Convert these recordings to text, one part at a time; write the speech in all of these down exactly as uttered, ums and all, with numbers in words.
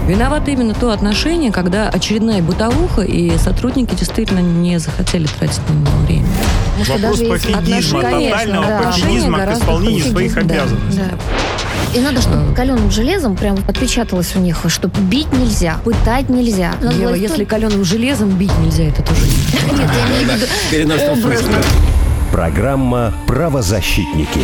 Виновато именно то отношение, когда очередная бытовуха, и сотрудники действительно не захотели тратить на него время. Вопрос пофигизма, тотального да. пофигизма к исполнению своих обязанностей. Да, да. И надо, чтобы каленым железом прям отпечаталось у них, что бить нельзя, пытать нельзя. Ева, если каленым железом бить нельзя, это тоже не... Нет, я имею в виду образно. Программа «Правозащитники».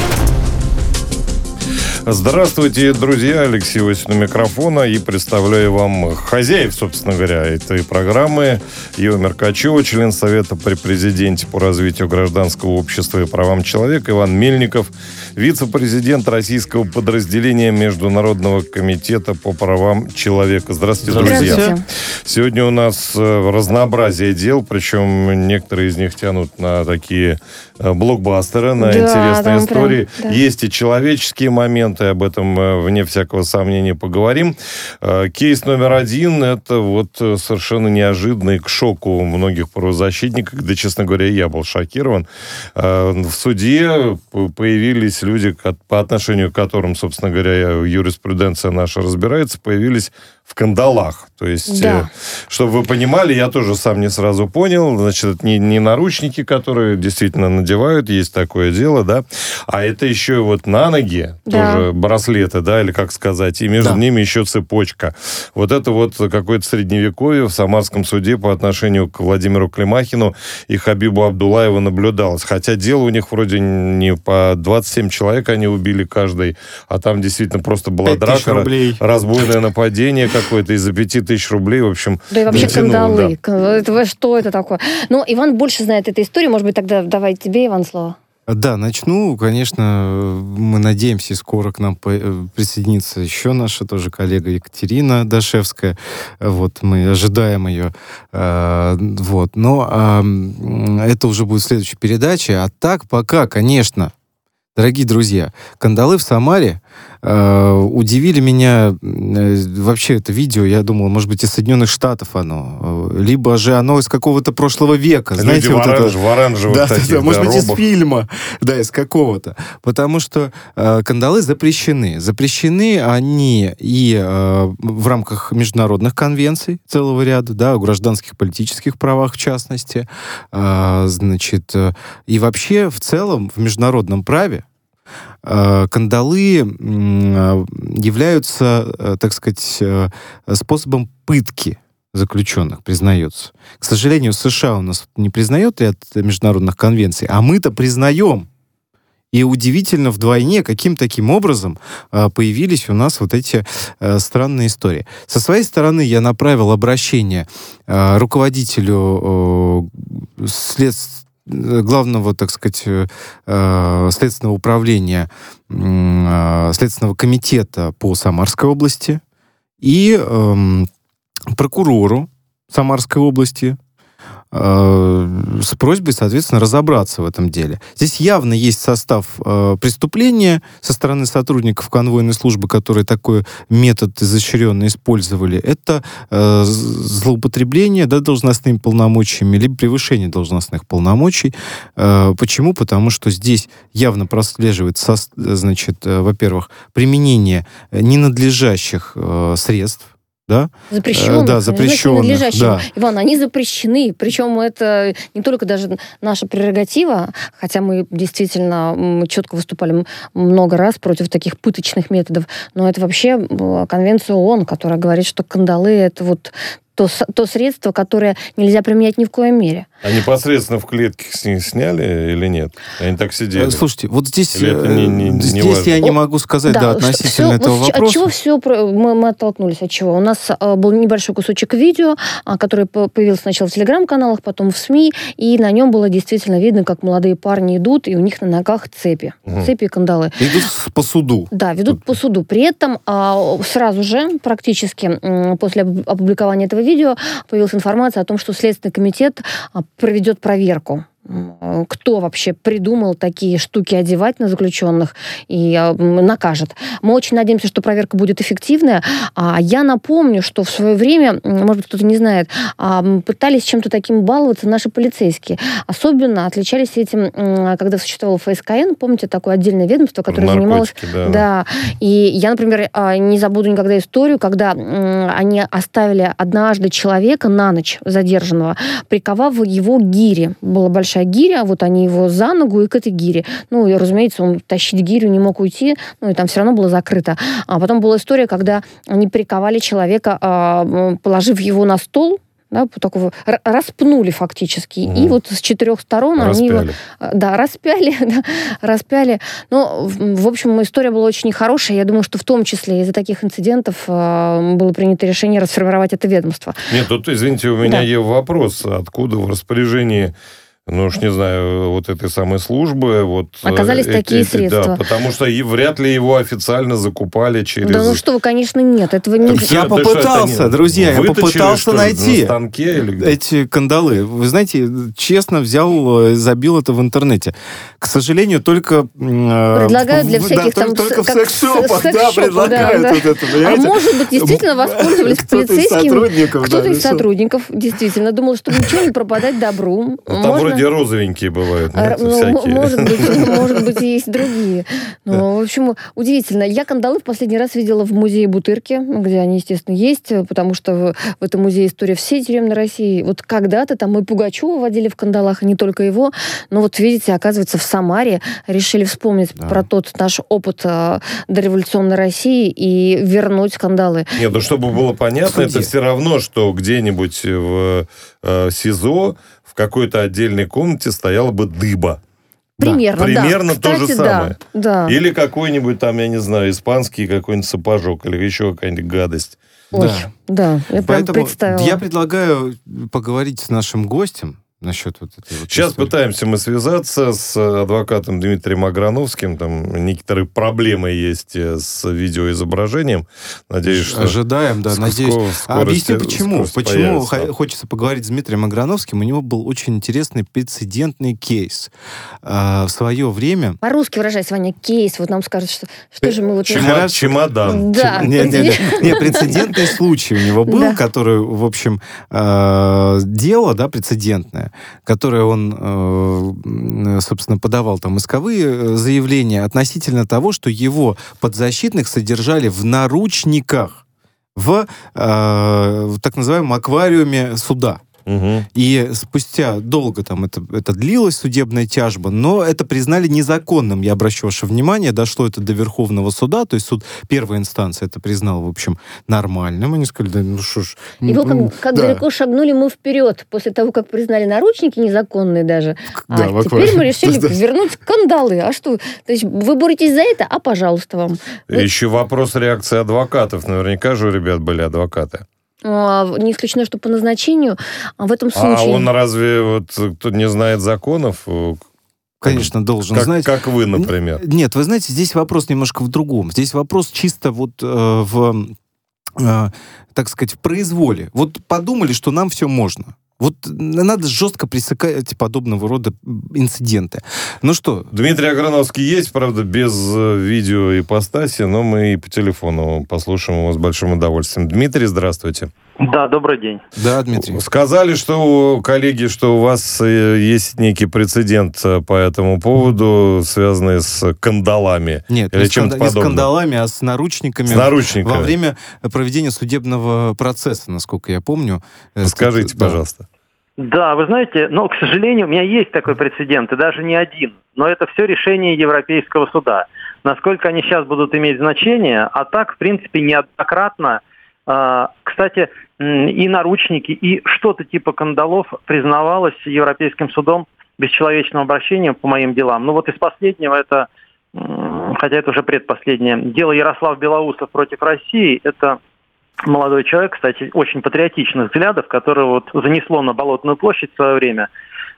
Здравствуйте, друзья. Алексей Осин у микрофона. И представляю вам хозяев, собственно говоря, этой программы. Ева Меркачева, член Совета при президенте по развитию гражданского общества и правам человека. Иван Мельников, вице-президент российского подразделения Международного комитета по правам человека. Здравствуйте, друзья. Здравствуйте. Сегодня у нас разнообразие дел, причем некоторые из них тянут на такие блокбастеры, на да, интересные истории. Прям, да. Есть и человеческие моменты, об этом, вне всякого сомнения, поговорим. Кейс номер один – это вот совершенно неожиданный, к шоку многих правозащитников, да, честно говоря, я был шокирован. В суде появились люди, по отношению к которым, собственно говоря, юриспруденция наша разбирается, появились в кандалах. То есть, да. чтобы вы понимали, я тоже сам не сразу понял. Значит, это не, не наручники, которые действительно надевают, есть такое дело, да, а это еще и вот на ноги, да. тоже браслеты, да, или как сказать, и между да. ними еще цепочка. Вот это вот какое-то средневековье в Самарском суде по отношению к Владимиру Климахину и Хабибу Абдуллаеву наблюдалось. Хотя дело у них вроде не по двадцать семь человек они убили каждый, а там действительно просто была драка, рублей. разбойное нападение какое-то из-за пяти тысяч рублей, в общем. Да и вообще тянуло, кандалы. да. Это, что это такое? Ну, Иван больше знает эту историю. Может быть, тогда давай тебе, Иван, слово. Да, начну. Конечно, мы надеемся, скоро к нам присоединится еще наша тоже коллега Екатерина Дашевская. Вот, мы ожидаем ее. Вот. Но это уже будет в следующей передаче. А так пока, конечно, дорогие друзья, кандалы в Самаре э, удивили меня. Э, вообще это видео, я думал, может быть, из Соединенных Штатов оно. Э, либо же оно из какого-то прошлого века. Люди знаете, в, вот оранж, это... в оранжевых да, таких, да, да, может да, быть, робах. из фильма. Да, из какого-то. Потому что э, кандалы запрещены. Запрещены они и э, в рамках международных конвенций целого ряда, да, о гражданских политических правах в частности. Э, значит, э, и вообще в целом в международном праве кандалы являются, так сказать, способом пытки заключенных, признается. К сожалению, США у нас не признает ряд международных конвенций, а мы-то признаем. И удивительно вдвойне, каким таким образом появились у нас вот эти странные истории. Со своей стороны я направил обращение руководителю следствия, главного, так сказать, следственного управления, Следственного комитета по Самарской области и э, прокурору Самарской области э, с просьбой, соответственно, разобраться в этом деле. Здесь явно есть состав э, преступления со стороны сотрудников конвойной службы, которые такой метод изощренно использовали. Это э, злоупотребление, да, должностными полномочиями, либо превышение должностных полномочий. Э, почему? Потому что здесь явно прослеживается, значит, э, во-первых, применение ненадлежащих э, средств, да? Запрещенных. Да, запрещенных. Да. Иван, они запрещены. Причем это не только даже наша прерогатива, хотя мы действительно четко выступали много раз против таких пыточных методов, но это вообще конвенция ООН, которая говорит, что кандалы — это вот то, то средство, которое нельзя применять ни в коей мере. А непосредственно в клетке с них сняли или нет? Они так сидели? Слушайте, вот здесь, не, не, не здесь важно? я не могу сказать да, да, относительно все, этого вот вопроса. От чего все мы, мы оттолкнулись? От чего? У нас был небольшой кусочек видео, который появился сначала в телеграм-каналах, потом в СМИ, и на нем было действительно видно, как молодые парни идут, и у них на ногах цепи. Угу. Цепи и кандалы. Идут по суду. Да, ведут по суду. При этом сразу же, практически после опубликования этого видео, появилась информация о том, что Следственный комитет проведет проверку кто вообще придумал такие штуки одевать на заключенных и э, накажет. Мы очень надеемся, что проверка будет эффективная. А я напомню, что в свое время, может быть, кто-то не знает, э, пытались чем-то таким баловаться наши полицейские. Особенно отличались этим, э, когда существовало эф эс ка эн, помните, такое отдельное ведомство, которое занималось... Да. да. И я, например, э, не забуду никогда историю, когда э, они оставили однажды человека на ночь задержанного, приковав его к гире. Была большая гиря, вот они его за ногу и к этой гире. Ну, и, разумеется, он тащить гирю не мог уйти, ну, и там все равно было закрыто. А потом была история, когда они приковали человека, положив его на стол, да, такого, распнули фактически. Угу. И вот с четырех сторон распяли. они его... Да, распяли. Да, распяли. Но, в общем, история была очень хорошая. Я думаю, что в том числе из-за таких инцидентов было принято решение расформировать это ведомство. Нет, тут, извините, у меня да. есть вопрос. Откуда в распоряжении... Ну уж не знаю, вот этой самой службы. Вот оказались эти, такие эти, средства. Да, потому что и вряд ли его официально закупали через... Да ну что вы, конечно, нет. Этого не... Я попытался, друзья, я попытался найти эти кандалы. Вы знаете, честно взял, забил это в интернете. К сожалению, только... Предлагают для всяких да, там... Только в секс-шопах, да, предлагают да, вот да. это, понимаете? А может быть, действительно воспользовались полицейскими. Кто-то из сотрудников. Кто-то да, из сотрудников, действительно, думал, что ничего не пропадать добру. Там Можно... вроде розовенькие бывают, нет, ну, всякие. Может быть, может быть, и есть другие. Но, в общем, удивительно. Я кандалы в последний раз видела в музее Бутырки, где они, естественно, есть, потому что в, в этом музее история всей тюремной России. Вот когда-то там и Пугачева водили в кандалах, и не только его. Но вот, видите, оказывается, в Самаре решили вспомнить да. про тот наш опыт а, дореволюционной России и вернуть кандалы. Нет, ну чтобы было понятно, Судьи. Это все равно, что где-нибудь в э, СИЗО в какой-то отдельной комнате стояла бы дыба. Примерно, да. Примерно да. то Кстати, же самое. Да, да. Или какой-нибудь там, я не знаю, испанский какой-нибудь сапожок, или еще какая-нибудь гадость. Ой, да, да я прям представила. Я предлагаю поговорить с нашим гостем насчет вот этой вот Сейчас истории. Пытаемся мы связаться с адвокатом Дмитрием Аграновским. Там некоторые проблемы есть с видеоизображением. Надеюсь, что... Ожидаем, да, надеюсь. А объясню, почему. Почему появится. Хочется поговорить с Дмитрием Аграновским. У него был очень интересный прецедентный кейс. А, в свое время... По-русски выражаясь, Ваня, кейс. Вот нам скажут, что, что же мы... Вот Чема- чемодан. Да. Нет, нет, нет. Нет, прецедентный случай у него был, да. который, в общем, э, дело, да, прецедентное, которое он, собственно, подавал там исковые заявления относительно того, что его подзащитных содержали в наручниках в, э, в так называемом аквариуме суда. Угу. И спустя долго там это, это длилась судебная тяжба, но это признали незаконным. Я обращу ваше внимание, дошло это до Верховного суда, то есть суд первой инстанции это признал, в общем, нормальным. Они сказали, да ну что ж... И вот как, как да. далеко шагнули мы вперед, после того, как признали наручники незаконные даже. Да, а теперь мы решили да, вернуть кандалы. А что? То есть вы боретесь за это, а пожалуйста вам. Еще вопрос реакции адвокатов. Наверняка же у ребят были адвокаты. Не исключено, что по назначению. А в этом случае... А он разве, вот, кто не знает законов... Конечно, должен как, знать. Как вы, например. Нет, вы знаете, здесь вопрос немножко в другом. Здесь вопрос чисто вот э, в, э, так сказать, в произволе. Вот подумали, что нам все можно. Вот надо жестко пресекать подобного рода инциденты. Ну что? Дмитрий Аграновский есть, правда, без видео и ипостаси, но мы и по телефону послушаем его с большим удовольствием. Дмитрий, здравствуйте. Да, добрый день. Да, Дмитрий. Сказали, что, коллеги, что у вас есть некий прецедент по этому поводу, связанный с кандалами. Нет, или не, чем-то сканда- не с подобным. кандалами, а с наручниками. С наручниками. Во время проведения судебного процесса, насколько я помню. Скажите, да. пожалуйста. Да, вы знаете, но, к сожалению, у меня есть такой прецедент, и даже не один. Но это все решение Европейского суда. Насколько они сейчас будут иметь значение, а так, в принципе, неоднократно, э, кстати, и наручники, и что-то типа кандалов признавалось Европейским судом бесчеловечным обращением по моим делам. Ну вот из последнего это, хотя это уже предпоследнее, дело Ярослав Белоусов против России, это... Молодой человек, кстати, очень патриотичных взглядов, которого вот занесло на Болотную площадь в свое время.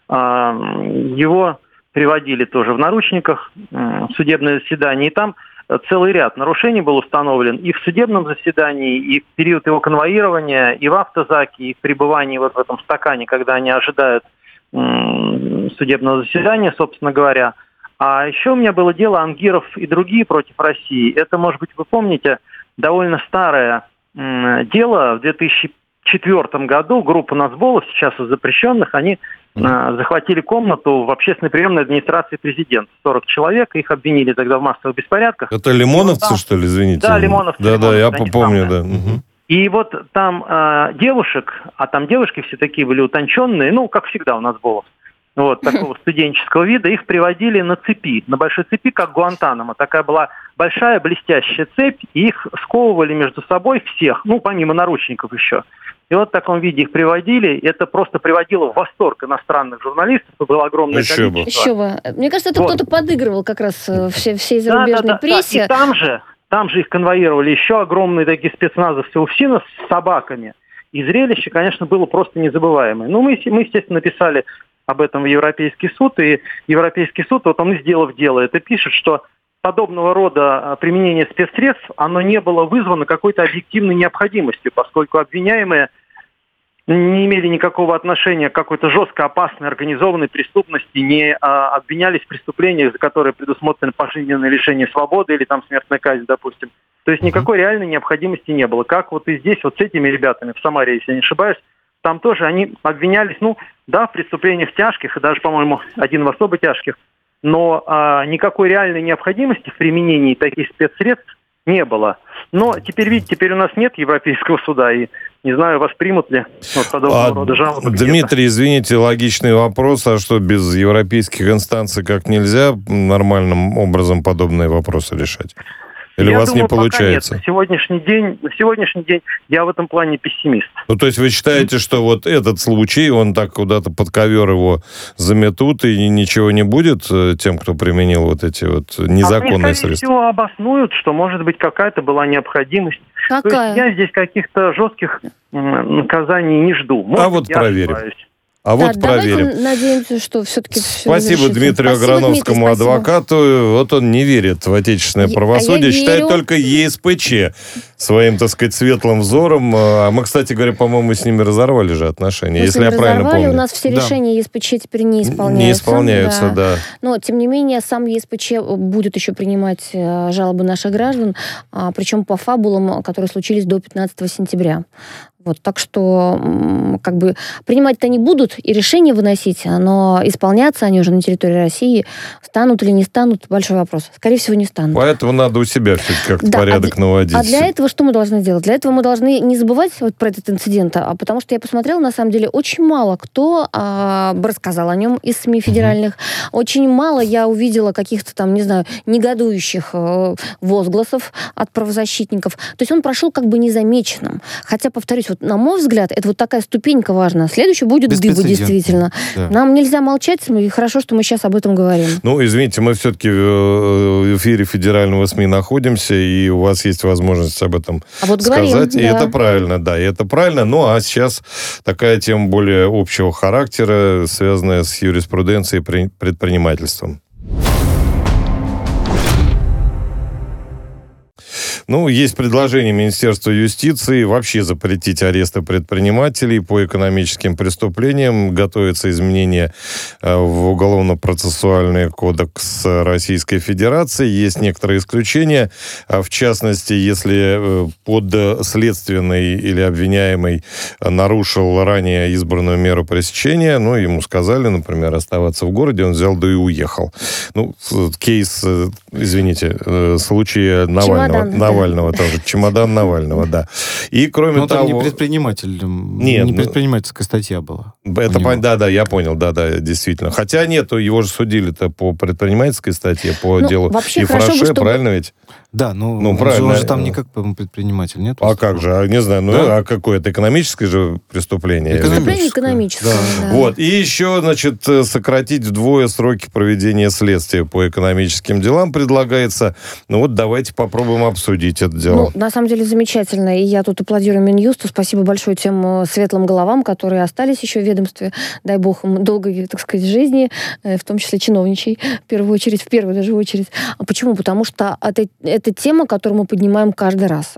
Его приводили тоже в наручниках в судебное заседание, и там целый ряд нарушений был установлен и в судебном заседании, и в период его конвоирования, и в автозаке, и в пребывании вот в этом стакане, когда они ожидают судебного заседания, собственно говоря. А еще у меня было дело Ангиров и другие против России. Это, может быть, вы помните, довольно старое м, дело. В две тысячи четвёртом году группа нацболов, сейчас запрещенных, они э, захватили комнату в общественной приемной администрации президента. сорок человек, их обвинили тогда в массовых беспорядках. Это лимоновцы, там, что ли, извините? Да, лимоновцы. Да, да, я помню, самые. да. Угу. И вот там э, девушек, а там девушки все такие были утонченные, ну, как всегда у нацболов, вот, такого студенческого вида, их приводили на цепи, на большой цепи, как Гуантанамо. Такая была большая блестящая цепь, и их сковывали между собой всех, ну, помимо наручников еще. И вот в таком виде их приводили. Это просто приводило в восторг иностранных журналистов. Было огромное Еще количество. Еще бы. Мне кажется, это вот. Кто-то подыгрывал как раз все, всей зарубежной да, да, прессе. Да. И там же, там же их конвоировали еще огромные такие спецназовцы УФСИНа с собаками. И зрелище, конечно, было просто незабываемое. Ну, мы, мы, естественно, написали об этом в Европейский суд. И Европейский суд, вот он, сделав дело, это пишет, что подобного рода применение спецсредств, оно не было вызвано какой-то объективной необходимостью, поскольку обвиняемые не имели никакого отношения к какой-то жестко опасной организованной преступности, не а, обвинялись в преступлениях, за которые предусмотрено пожизненное лишение свободы или там смертная казнь, допустим. То есть никакой реальной необходимости не было. Как вот и здесь, вот с этими ребятами в Самаре, если я не ошибаюсь, там тоже они обвинялись, ну, да, в преступлениях тяжких, и даже, по-моему, один в особо тяжких, но а, никакой реальной необходимости в применении таких спецсредств не было. Но теперь, видите, теперь у нас нет Европейского суда, и не знаю, воспримут ли вот подобного а, рода жалобы. Дмитрий, извините, логичный вопрос, а что, без европейских инстанций как нельзя нормальным образом подобные вопросы решать? Или я у вас думаю, не получается? Нет. На сегодняшний день, на сегодняшний день я в этом плане пессимист. Ну, то есть вы считаете, что вот этот случай, он так куда-то под ковер его заметут, и ничего не будет тем, кто применил вот эти вот незаконные а средства? Всего обоснуют, что, может быть, какая-то была необходимость. Какая? То есть я здесь каких-то жестких наказаний не жду. Может, а вот проверим. Ошибаюсь. А да, вот проверим. Давайте надеемся, что все-таки все Спасибо Дмитрию спасибо, Аграновскому, Дмитрий, адвокату. Вот он не верит в отечественное я, правосудие, а считает верю. только ЕСПЧ своим, так сказать, светлым взором. А мы, кстати говоря, по-моему, с ними разорвали же отношения, мы если я правильно помню. У нас все да. решения ЕСПЧ теперь не исполняются. Не исполняются, да. да. Но, тем не менее, сам ЕСПЧ будет еще принимать жалобы наших граждан, причем по фабулам, которые случились до пятнадцатого сентября. Вот, так что, как бы, принимать-то они будут и решения выносить, но исполняться они уже на территории России станут или не станут, большой вопрос. Скорее всего, не станут. Поэтому надо у себя все-таки как-то да, порядок а, наводить. А для этого что мы должны делать? Для этого мы должны не забывать вот про этот инцидент, а потому что я посмотрела, на самом деле, очень мало кто а, рассказал о нем из СМИ федеральных. Mm-hmm. Очень мало я увидела каких-то там, не знаю, негодующих э, возгласов от правозащитников. То есть он прошел как бы незамеченным. Хотя, повторюсь, вот, на мой взгляд, это вот такая ступенька важная. Следующий будет дыба, действительно. Да. Нам нельзя молчать, и хорошо, что мы сейчас об этом говорим. Ну, извините, мы все-таки в эфире федерального СМИ находимся, и у вас есть возможность об этом а вот сказать. Говорим, и да. это правильно, да, и это правильно. Ну, а сейчас такая тема более общего характера, связанная с юриспруденцией и предпринимательством. Ну, есть предложение Министерства юстиции вообще запретить аресты предпринимателей по экономическим преступлениям. Готовится изменение в Уголовно-процессуальный кодекс Российской Федерации. Есть некоторые исключения. В частности, если подследственный или обвиняемый нарушил ранее избранную меру пресечения, ну, ему сказали, например, оставаться в городе, он взял, да и уехал. Ну, кейс, извините, случай Навального. Чемодан. Навального тоже. Чемодан Навального, да. И кроме Но того... там не предприниматель, нет, не предпринимательская статья была. Это пон... Да, да, я понял, да, да, действительно. Хотя нет, его же судили-то по предпринимательской статье, по ну, делу и Фраше, чтобы... правильно ведь? Да, ну, ну правильно. Он же там никак, по-моему, предприниматель, нет? А как же, а, не знаю, ну, да? а какое это экономическое же преступление? Преступление экономическое, да. да. Вот, и еще, значит, сократить вдвое сроки проведения следствия по экономическим делам предлагается. Ну вот давайте попробуем обсудить это дело. Ну, на самом деле замечательно, и я тут аплодируем Минюсту. Спасибо большое тем светлым головам, которые остались еще в ведомстве. Дай бог им долгой, так сказать, жизни, в том числе чиновничьей, в первую очередь, в первую даже очередь. А почему? Потому что это, это тема, которую мы поднимаем каждый раз.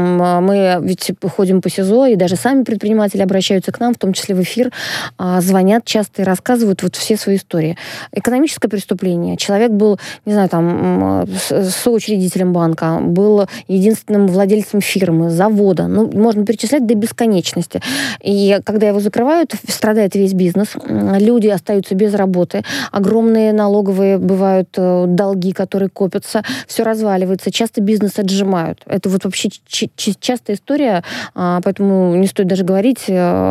Мы ведь ходим по СИЗО, и даже сами предприниматели обращаются к нам, в том числе в эфир, звонят часто и рассказывают вот все свои истории. Экономическое преступление. Человек был, не знаю, там, соучредителем банка, был единственным владельцем фирмы, завода. Ну, можно перечислять до бесконечности. И когда его закрывают, страдает весь бизнес. Люди остаются без работы. Огромные налоговые бывают долги, которые копятся. Все разваливается. Часто бизнес отжимают. Это вот вообще частая история, поэтому не стоит даже говорить,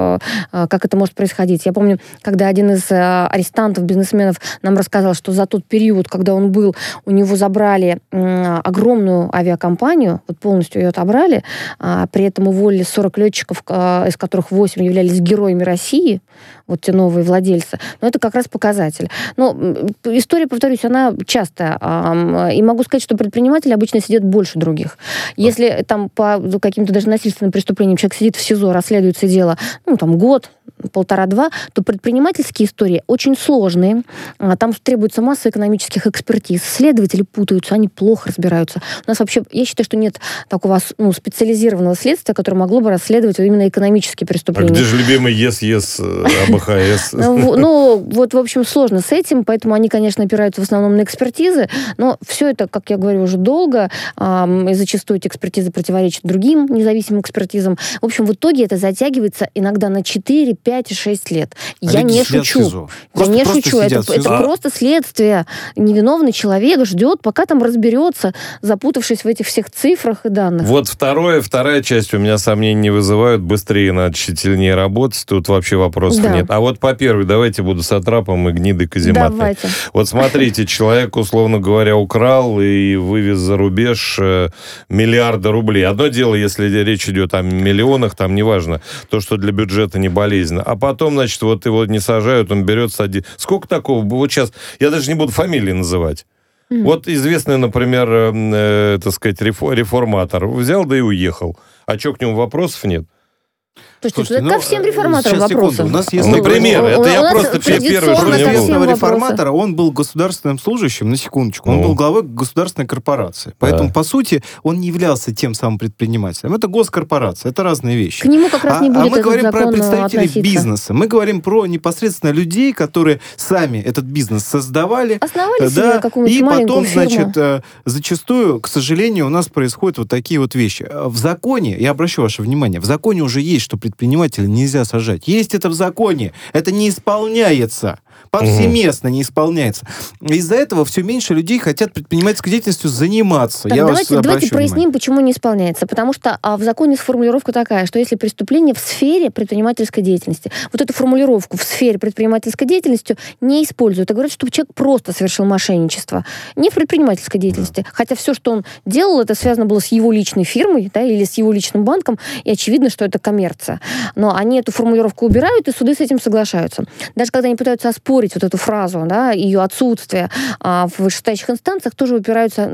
как это может происходить. Я помню, когда один из арестантов, бизнесменов нам рассказал, что за тот период, когда он был, у него забрали огромную авиакомпанию, вот полностью ее отобрали, при этом уволили сорок летчиков, из которых восемь являлись героями России, вот те новые владельцы. Но это как раз показатель. Но история, повторюсь, она частая. И могу сказать, что предприниматели обычно сидят больше других. Если там по каким-то даже насильственным преступлениям человек сидит в СИЗО, расследуется дело, ну, там, год, полтора-два, то предпринимательские истории очень сложные. Там требуется масса экономических экспертиз. Следователи путаются, они плохо разбираются. У нас вообще, я считаю, что нет такого, ну, специализированного следствия, которое могло бы расследовать именно экономические преступления. А где же любимый ес-ес АБХС? Ну, вот, в общем, сложно с этим, поэтому они, конечно, опираются в основном на экспертизы, но все это, как я говорю, уже долго, и зачастую эти экспертизы противоречат другим независимым экспертизам. В общем, в итоге это затягивается иногда на четыре, пять и шесть лет. Я не шучу. Я не шучу. Это, это просто следствие. Невиновный человек ждет, пока там разберется, запутавшись в этих всех цифрах и данных. Вот второе, вторая часть у меня сомнений не вызывают. Быстрее надо, тщательнее работать. Тут вообще вопросов да. нет. А вот по первой, давайте буду сатрапом и гнидой казематной. Давайте. Вот смотрите, человек, условно говоря, украл и вывез за рубеж миллиарды рублей. Одно дело, если речь идет о миллионах, там неважно, то, что для бюджета не болезненно. А потом, значит, вот его не сажают, он берет, садит. Сколько такого? Вот сейчас, я даже не буду фамилии называть. Mm. Вот известный, например, э, так сказать, реформатор взял, да и уехал. А что, к нему вопросов нет? Слушайте, ну, ко всем реформаторам вопросы. У нас есть... Например, ну, это я просто первый, что не был. Реформатора, он был государственным служащим, на секундочку, он ну. был главой государственной корпорации. Поэтому, да. по сути, он не являлся тем самым предпринимателем. Это госкорпорация, это разные вещи. К нему как раз не будет а, а мы говорим про представителей относиться. бизнеса. Мы говорим про непосредственно людей, которые сами этот бизнес создавали. Основали да, себе какую-нибудь и потом, фирму. значит, зачастую, к сожалению, у нас происходят вот такие вот вещи. В законе, я обращу ваше внимание, в законе уже есть, что предпринимателя нельзя сажать. Есть это в законе. Это не исполняется. Повсеместно не исполняется. Из-за этого все меньше людей хотят предпринимательской деятельностью заниматься. Так, Я давайте, вас давайте проясним, внимание. почему не исполняется. Потому что а, в законе формулировка такая, что если преступление в сфере предпринимательской деятельности, вот эту формулировку в сфере предпринимательской деятельности не используют. А говорят, что человек просто совершил мошенничество. Не в предпринимательской деятельности. Да. Хотя все, что он делал, это связано было с его личной фирмой, да, или с его личным банком, и очевидно, что это коммерция. Но они эту формулировку убирают, и суды с этим соглашаются. Даже когда они пытаются оспорить вот эту фразу, да, ее отсутствие а, в вышестоящих инстанциях, тоже упираются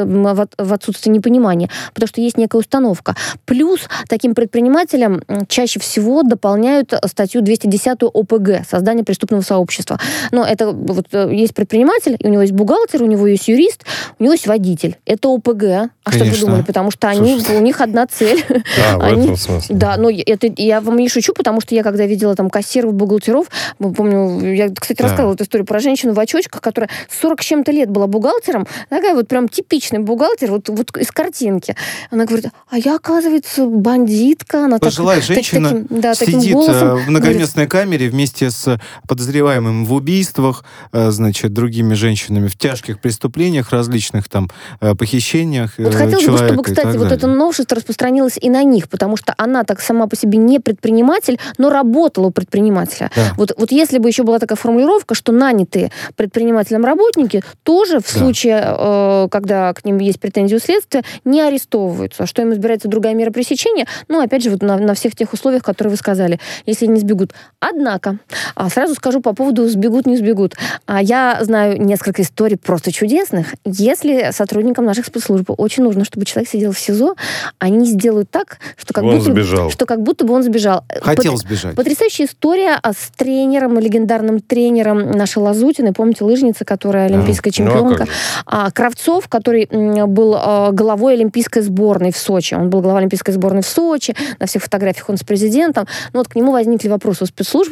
в отсутствие непонимания, потому что есть некая установка. Плюс таким предпринимателям чаще всего дополняют статью двести десять ОПГ, создание преступного сообщества. Но это вот есть предприниматель, и у него есть бухгалтер, у него есть юрист, у него есть водитель. Это ОПГ. А Конечно. Что вы думали? Потому что они, у них одна цель. А, в они, этом смысле. Да, но это, я вам не шучу, потому что я когда видела там кассиров, бухгалтеров, помню, я, кстати, да. рассказывала эту историю про женщину в очочках, которая сорок с чем-то лет была бухгалтером, такая вот прям типичный бухгалтер, вот, вот из картинки. Она говорит, а я, оказывается, бандитка. Она Пожилая так, женщина так, таким, да, сидит голосом, в многоместной говорит, камере вместе с подозреваемым в убийствах, значит, другими женщинами в тяжких преступлениях различных, там, похищениях вот человека. Хотелось бы, чтобы, кстати, вот это новшество распространилось и на них, потому что она так сама по себе не предприниматель, но работала у предпринимателя. Да. Вот, вот если бы еще была такая формулировка, что нанятые предпринимателем работники тоже в да. случае, э, когда к ним есть претензии у следствия, не арестовываются. Что им избирается другая мера пресечения? Ну, опять же, вот на, на всех тех условиях, которые вы сказали, если не сбегут. Однако, сразу скажу по поводу сбегут, не сбегут. Я знаю несколько историй просто чудесных. Если сотрудникам наших спецслужб очень нужно, чтобы человек сидел в СИЗО, они сделают так, что как, будто, сбежал. что как будто бы он сбежал. Хотел Пот- сбежать. Потрясающая история с тренером, легендарным тренером нашей Лазутиной. Помните, лыжница, которая олимпийская да. чемпионка. Ну, Кравцов, который был главой олимпийской сборной в Сочи. Он был главой олимпийской сборной в Сочи. На всех фотографиях он с президентом. Но вот к нему возникли вопросы у спецслужб.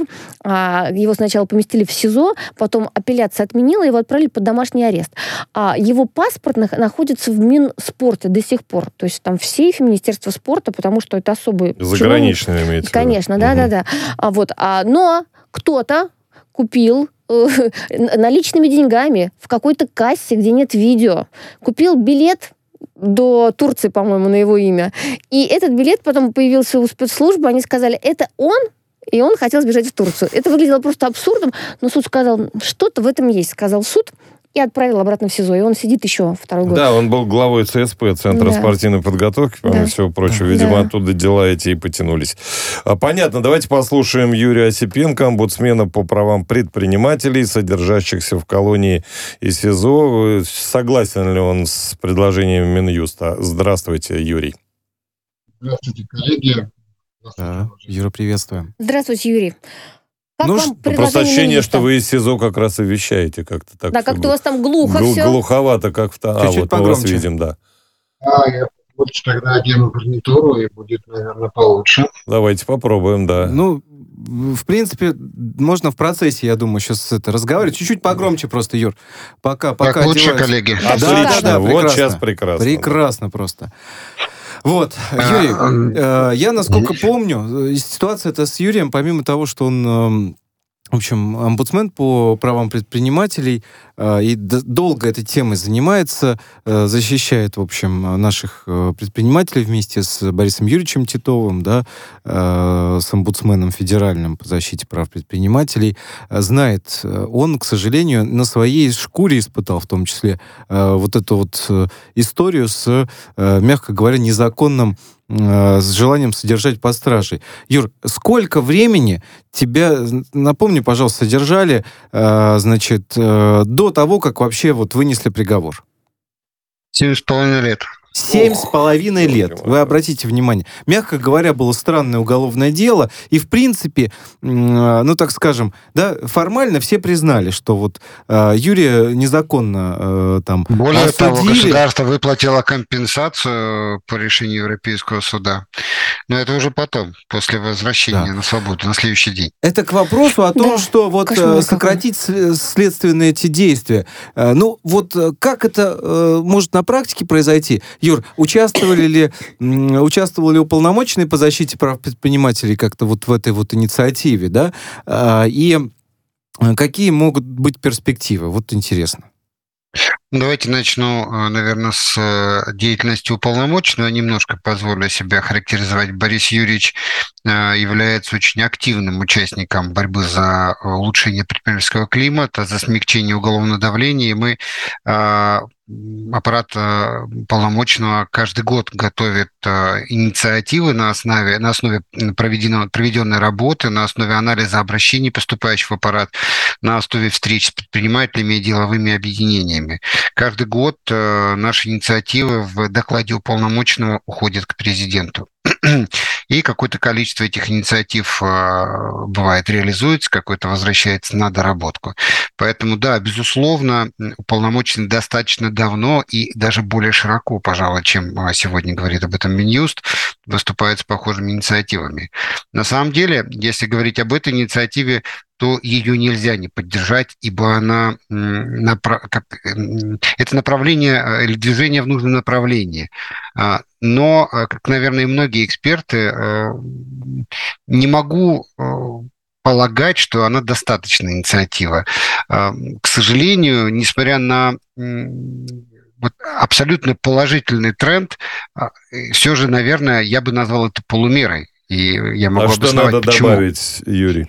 Его сначала поместили в СИЗО, потом апелляция отменила, его отправили под домашний арест. Его паспорт находится в Минспорте до сих пор. То есть там в сейфе Министерства спорта, потому что это особый... Заграничный имеется. Конечно, да-да-да. Угу. Вот. Но кто-то купил наличными деньгами в какой-то кассе, где нет видео, купил билет до Турции, по-моему, на его имя. И этот билет потом появился у спецслужбы, они сказали, это он, и он хотел сбежать в Турцию. Это выглядело просто абсурдом, но суд сказал, что-то в этом есть, сказал суд, и отправил обратно в СИЗО. И он сидит еще второй год. Да, он был главой ЦСП, Центра да. спортивной подготовки, помимо да. всего прочего. Видимо, да. оттуда дела эти и потянулись. Понятно, давайте послушаем Юрия Осипенко, омбудсмена по правам предпринимателей, содержащихся в колонии и СИЗО. Согласен ли он с предложением Минюста? Здравствуйте, Юрий. Здравствуйте, коллеги. Да, Юра, приветствуем. Здравствуйте, Юрий. Как ну, вам просто ощущение, Минюста? Что вы из СИЗО как раз и вещаете как-то так. Да, как-то у вас там глухо Гл- все. Глуховато, как в... А, Чуть-чуть вот погромче. Мы вас видим, да. А, я лучше тогда одену гарнитуру, и будет, наверное, получше. Давайте попробуем, да. Ну, в принципе, можно в процессе, я думаю, сейчас это разговаривать. Чуть-чуть погромче просто, Юр. Пока, пока так лучше, одеваются. коллеги? Отлично, да, да, да, вот сейчас прекрасно. Прекрасно просто. Вот, Юрий, э, я, насколько помню, ситуация-то с Юрием, помимо того, что он, э, в общем, омбудсмен по правам предпринимателей, э, и д- долго этой темой занимается, э, защищает, в общем, наших э, предпринимателей вместе с Борисом Юрьевичем Титовым, да, э, с омбудсменом федеральным по защите прав предпринимателей, э, знает, э, он, к сожалению, на своей шкуре испытал, в том числе, э, вот эту вот э, историю с, э, мягко говоря, незаконным с желанием содержать под стражей. Юр, сколько времени тебя, напомни, пожалуйста, содержали, значит, до того, как вообще вот вынесли приговор? Семь с половиной лет. Семь с половиной лет. Вы обратите внимание. Мягко говоря, было странное уголовное дело, и, в принципе, ну, так скажем, да, формально все признали, что вот э, Юрия незаконно э, там Более осудили. того, государство выплатило компенсацию по решению Европейского суда. Но это уже потом, после возвращения да. на свободу, на следующий день. Это к вопросу о том, да. что вот Кошмар сократить какой. следственные эти действия. Ну, вот как это э, может на практике произойти? Юр, участвовали ли, участвовал ли уполномоченный по защите прав предпринимателей как-то вот в этой вот инициативе, да? И какие могут быть перспективы? Вот интересно. Давайте начну, наверное, с деятельности уполномоченного. Немножко позволю себя характеризовать. Борис Юрьевич является очень активным участником борьбы за улучшение предпринимательского климата, за смягчение уголовного давления. И мы, аппарат уполномоченного, каждый год готовит инициативы на основе, на основе проведенной, проведенной работы, на основе анализа обращений, поступающих в аппарат, на основе встреч с предпринимателями и деловыми объединениями. Каждый год наши инициативы в докладе уполномоченного уходят к президенту. И какое-то количество этих инициатив бывает реализуется, какое-то возвращается на доработку. Поэтому, да, безусловно, уполномоченный достаточно давно и даже более широко, пожалуй, чем сегодня говорит об этом Минюст, выступает с похожими инициативами. На самом деле, если говорить об этой инициативе, то ее нельзя не поддержать, ибо она это направление или движение в нужном направлении. Но, как, наверное, и многие эксперты, не могу полагать, что она достаточная инициатива. К сожалению, несмотря на вот абсолютно положительный тренд, все же, наверное, я бы назвал это полумерой. И я могу а что надо почему. добавить, Юрий?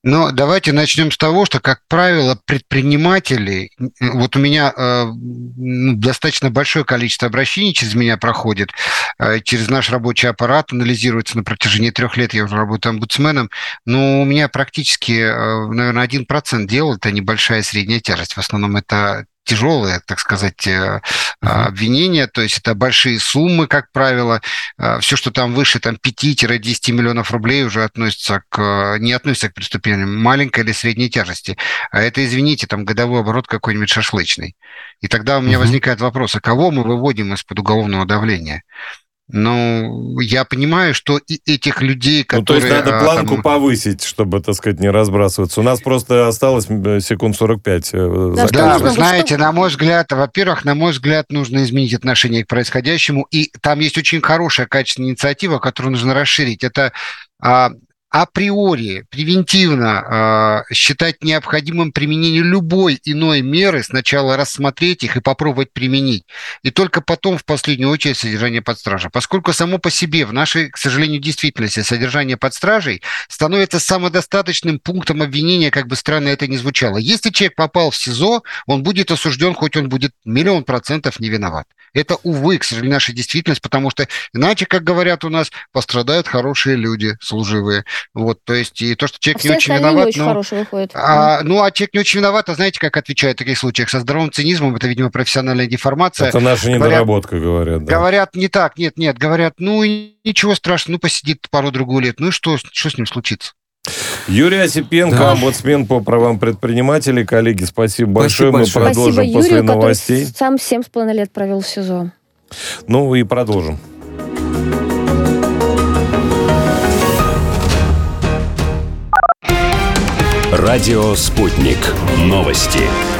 Но давайте начнем с того, что, как правило, предприниматели, вот у меня э, достаточно большое количество обращений через меня проходит, э, через наш рабочий аппарат анализируется на протяжении трех лет, я уже работаю омбудсменом, но у меня практически, э, наверное, один процент дел – это небольшая и средняя тяжесть. В основном это тяжелые, так сказать, обвинения, то есть это большие суммы, как правило. Все, что там выше там, пяти-десяти миллионов рублей, уже относится к, не относится к преступлениям маленькой или средней тяжести. А это, извините, там годовой оборот какой-нибудь шашлычный. И тогда у меня uh-huh. возникает вопрос, а кого мы выводим из-под уголовного давления? Ну, я понимаю, что и этих людей, которые... Ну, то есть надо планку там... повысить, чтобы, так сказать, не разбрасываться. У нас просто осталось секунд сорок пять. Да, да вы знаете, на мой взгляд, во-первых, на мой взгляд, нужно изменить отношение к происходящему. И там есть очень хорошая, качественная инициатива, которую нужно расширить. Это... априори, превентивно э, считать необходимым применение любой иной меры, сначала рассмотреть их и попробовать применить. И только потом, в последнюю очередь, содержание под стражей. Поскольку само по себе в нашей, к сожалению, действительности содержание под стражей становится самодостаточным пунктом обвинения, как бы странно это ни звучало. Если человек попал в СИЗО, он будет осужден, хоть он будет миллион процентов не виноват. Это, увы, к сожалению, наша действительность, потому что иначе, как говорят у нас, пострадают хорошие люди, служивые. Вот, то есть, и то, что человек а не очень виноват... Не очень ну, хороший выходит. А, ну, а человек не очень виноват, а знаете, как отвечают в таких случаях? Со здоровым цинизмом, это, видимо, профессиональная деформация. Это наша говорят, недоработка, говорят. Да. Говорят, не так, нет, нет, говорят, ну, ничего страшного, ну, посидит пару-другую лет, ну, и что, что с ним случится? Юрий Осипенко, да. омбудсмен по правам предпринимателей. Коллеги, спасибо большое. Спасибо Мы продолжим спасибо после Юрию, новостей. Который сам семь с половиной лет провел в СИЗО. Ну и продолжим. Радио «Спутник». Новости.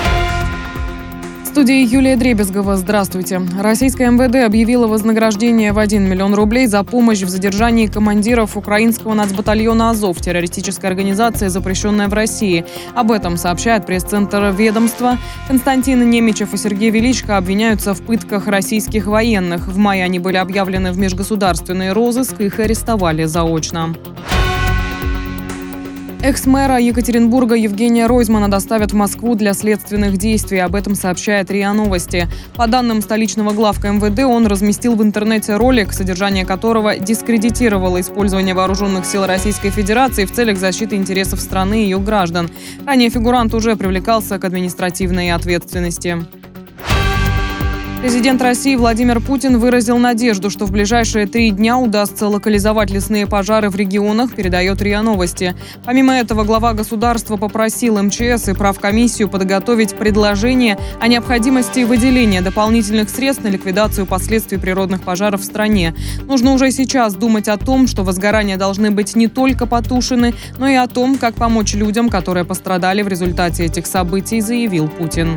В студии Юлия Дребезгова. Здравствуйте. Российское эм вэ дэ объявило вознаграждение в один миллион рублей за помощь в задержании командиров украинского нацбатальона «Азов», террористической организации, запрещенной в России. Об этом сообщает пресс-центр ведомства. Константин Немичев и Сергей Величко обвиняются в пытках российских военных. В мае они были объявлены в межгосударственный розыск, их арестовали заочно. Экс-мэра Екатеринбурга Евгения Ройзмана доставят в Москву для следственных действий. Об этом сообщает РИА Новости. По данным столичного главка эм вэ дэ, он разместил в интернете ролик, содержание которого дискредитировало использование вооруженных сил Российской Федерации в целях защиты интересов страны и ее граждан. Ранее фигурант уже привлекался к административной ответственности. Президент России Владимир Путин выразил надежду, что в ближайшие три дня удастся локализовать лесные пожары в регионах, передает РИА Новости. Помимо этого, глава государства попросил эм че эс и правкомиссию подготовить предложение о необходимости выделения дополнительных средств на ликвидацию последствий природных пожаров в стране. Нужно уже сейчас думать о том, что возгорания должны быть не только потушены, но и о том, как помочь людям, которые пострадали в результате этих событий, заявил Путин.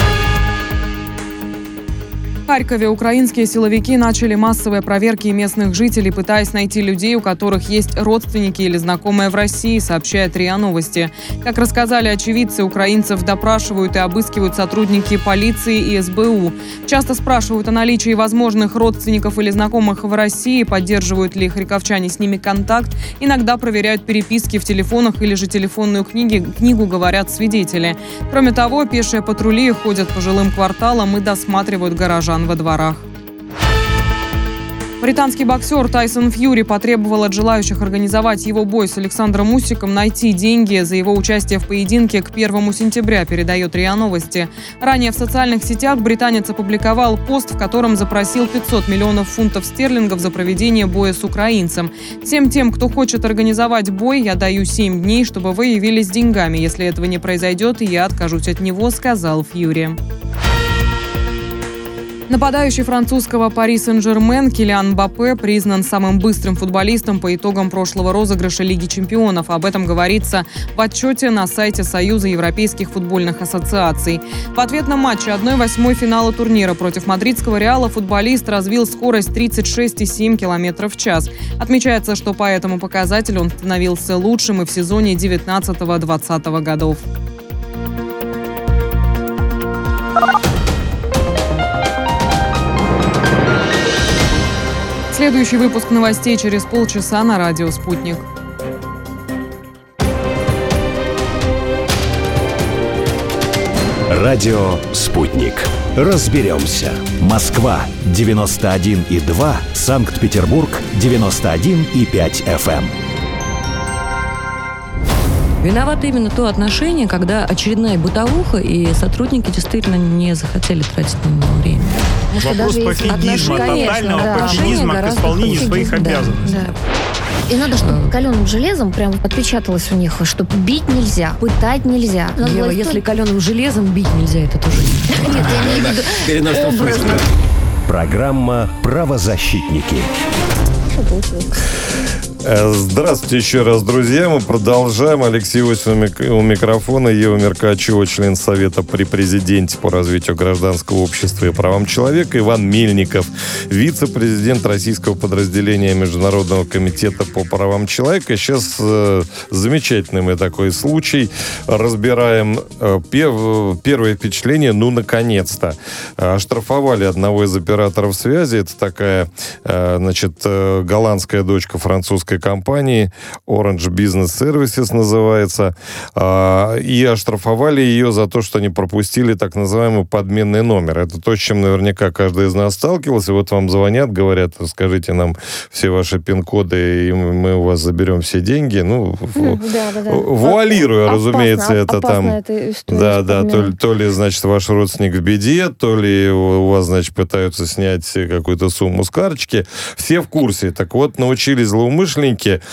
В Харькове украинские силовики начали массовые проверки местных жителей, пытаясь найти людей, у которых есть родственники или знакомые в России, сообщает РИА Новости. Как рассказали очевидцы, украинцев допрашивают и обыскивают сотрудники полиции и эс бэ у. Часто спрашивают о наличии возможных родственников или знакомых в России, поддерживают ли харьковчане с ними контакт. Иногда проверяют переписки в телефонах или же телефонную книги, книгу, говорят свидетели. Кроме того, пешие патрули ходят по жилым кварталам и досматривают горожан во дворах. Британский боксер Тайсон Фьюри потребовал от желающих организовать его бой с Александром Усиком найти деньги за его участие в поединке к первому сентября, передает РИА Новости. Ранее в социальных сетях британец опубликовал пост, в котором запросил пятьсот миллионов фунтов стерлингов за проведение боя с украинцем. Всем тем, кто хочет организовать бой, я даю семь дней, чтобы вы явились с деньгами. Если этого не произойдет, я откажусь от него, сказал Фьюри. Нападающий французского Пари Сен-Жермен Килиан Мбаппе признан самым быстрым футболистом по итогам прошлого розыгрыша Лиги чемпионов. Об этом говорится в отчете на сайте Союза европейских футбольных ассоциаций. В ответном матче одной восьмой финала турнира против мадридского Реала футболист развил скорость тридцать шесть целых семь десятых километра в час. Отмечается, что по этому показателю он становился лучшим и в сезоне девятнадцатого-двадцатого годов. Следующий выпуск новостей через полчаса на радио «Спутник». Радио «Спутник». Разберемся. Москва девяносто один и два, Санкт-Петербург девяносто один и пять эф эм. Виновато именно то отношение, когда очередная бытовуха, и сотрудники действительно не захотели тратить на него время. Вопрос пофигизма, тотального да, пофигизма к исполнению своих да, обязанностей. Да. И надо, чтобы каленым железом прям отпечаталось у них, что бить нельзя, пытать нельзя. Ева, если каленым железом бить нельзя, это тоже не... Нет, я имею в виду образно. Программа «Правозащитники». Здравствуйте еще раз, друзья. Мы продолжаем. Алексей Осин у микрофона, Ева Меркачева, член Совета при Президенте по развитию гражданского общества и правам человека, Иван Мельников, вице-президент российского подразделения Международного комитета по правам человека. Сейчас э, замечательный мы такой случай разбираем. Э, пев, первое впечатление, ну, наконец-то. Оштрафовали одного из операторов связи. Это такая, э, значит, э, голландская дочка французской компании, Orange Business Services называется, и оштрафовали ее за то, что они пропустили так называемый подменный номер. Это то, с чем наверняка каждый из нас сталкивался. Вот вам звонят, говорят, скажите нам все ваши пин-коды, и мы у вас заберем все деньги. Ну, да, да, да. Вуалируя, опасно, разумеется, это там... Это да, да, то ли, то ли, значит, ваш родственник в беде, то ли у вас, значит, пытаются снять какую-то сумму с карточки. Все в курсе. Так вот, научились злоумышленники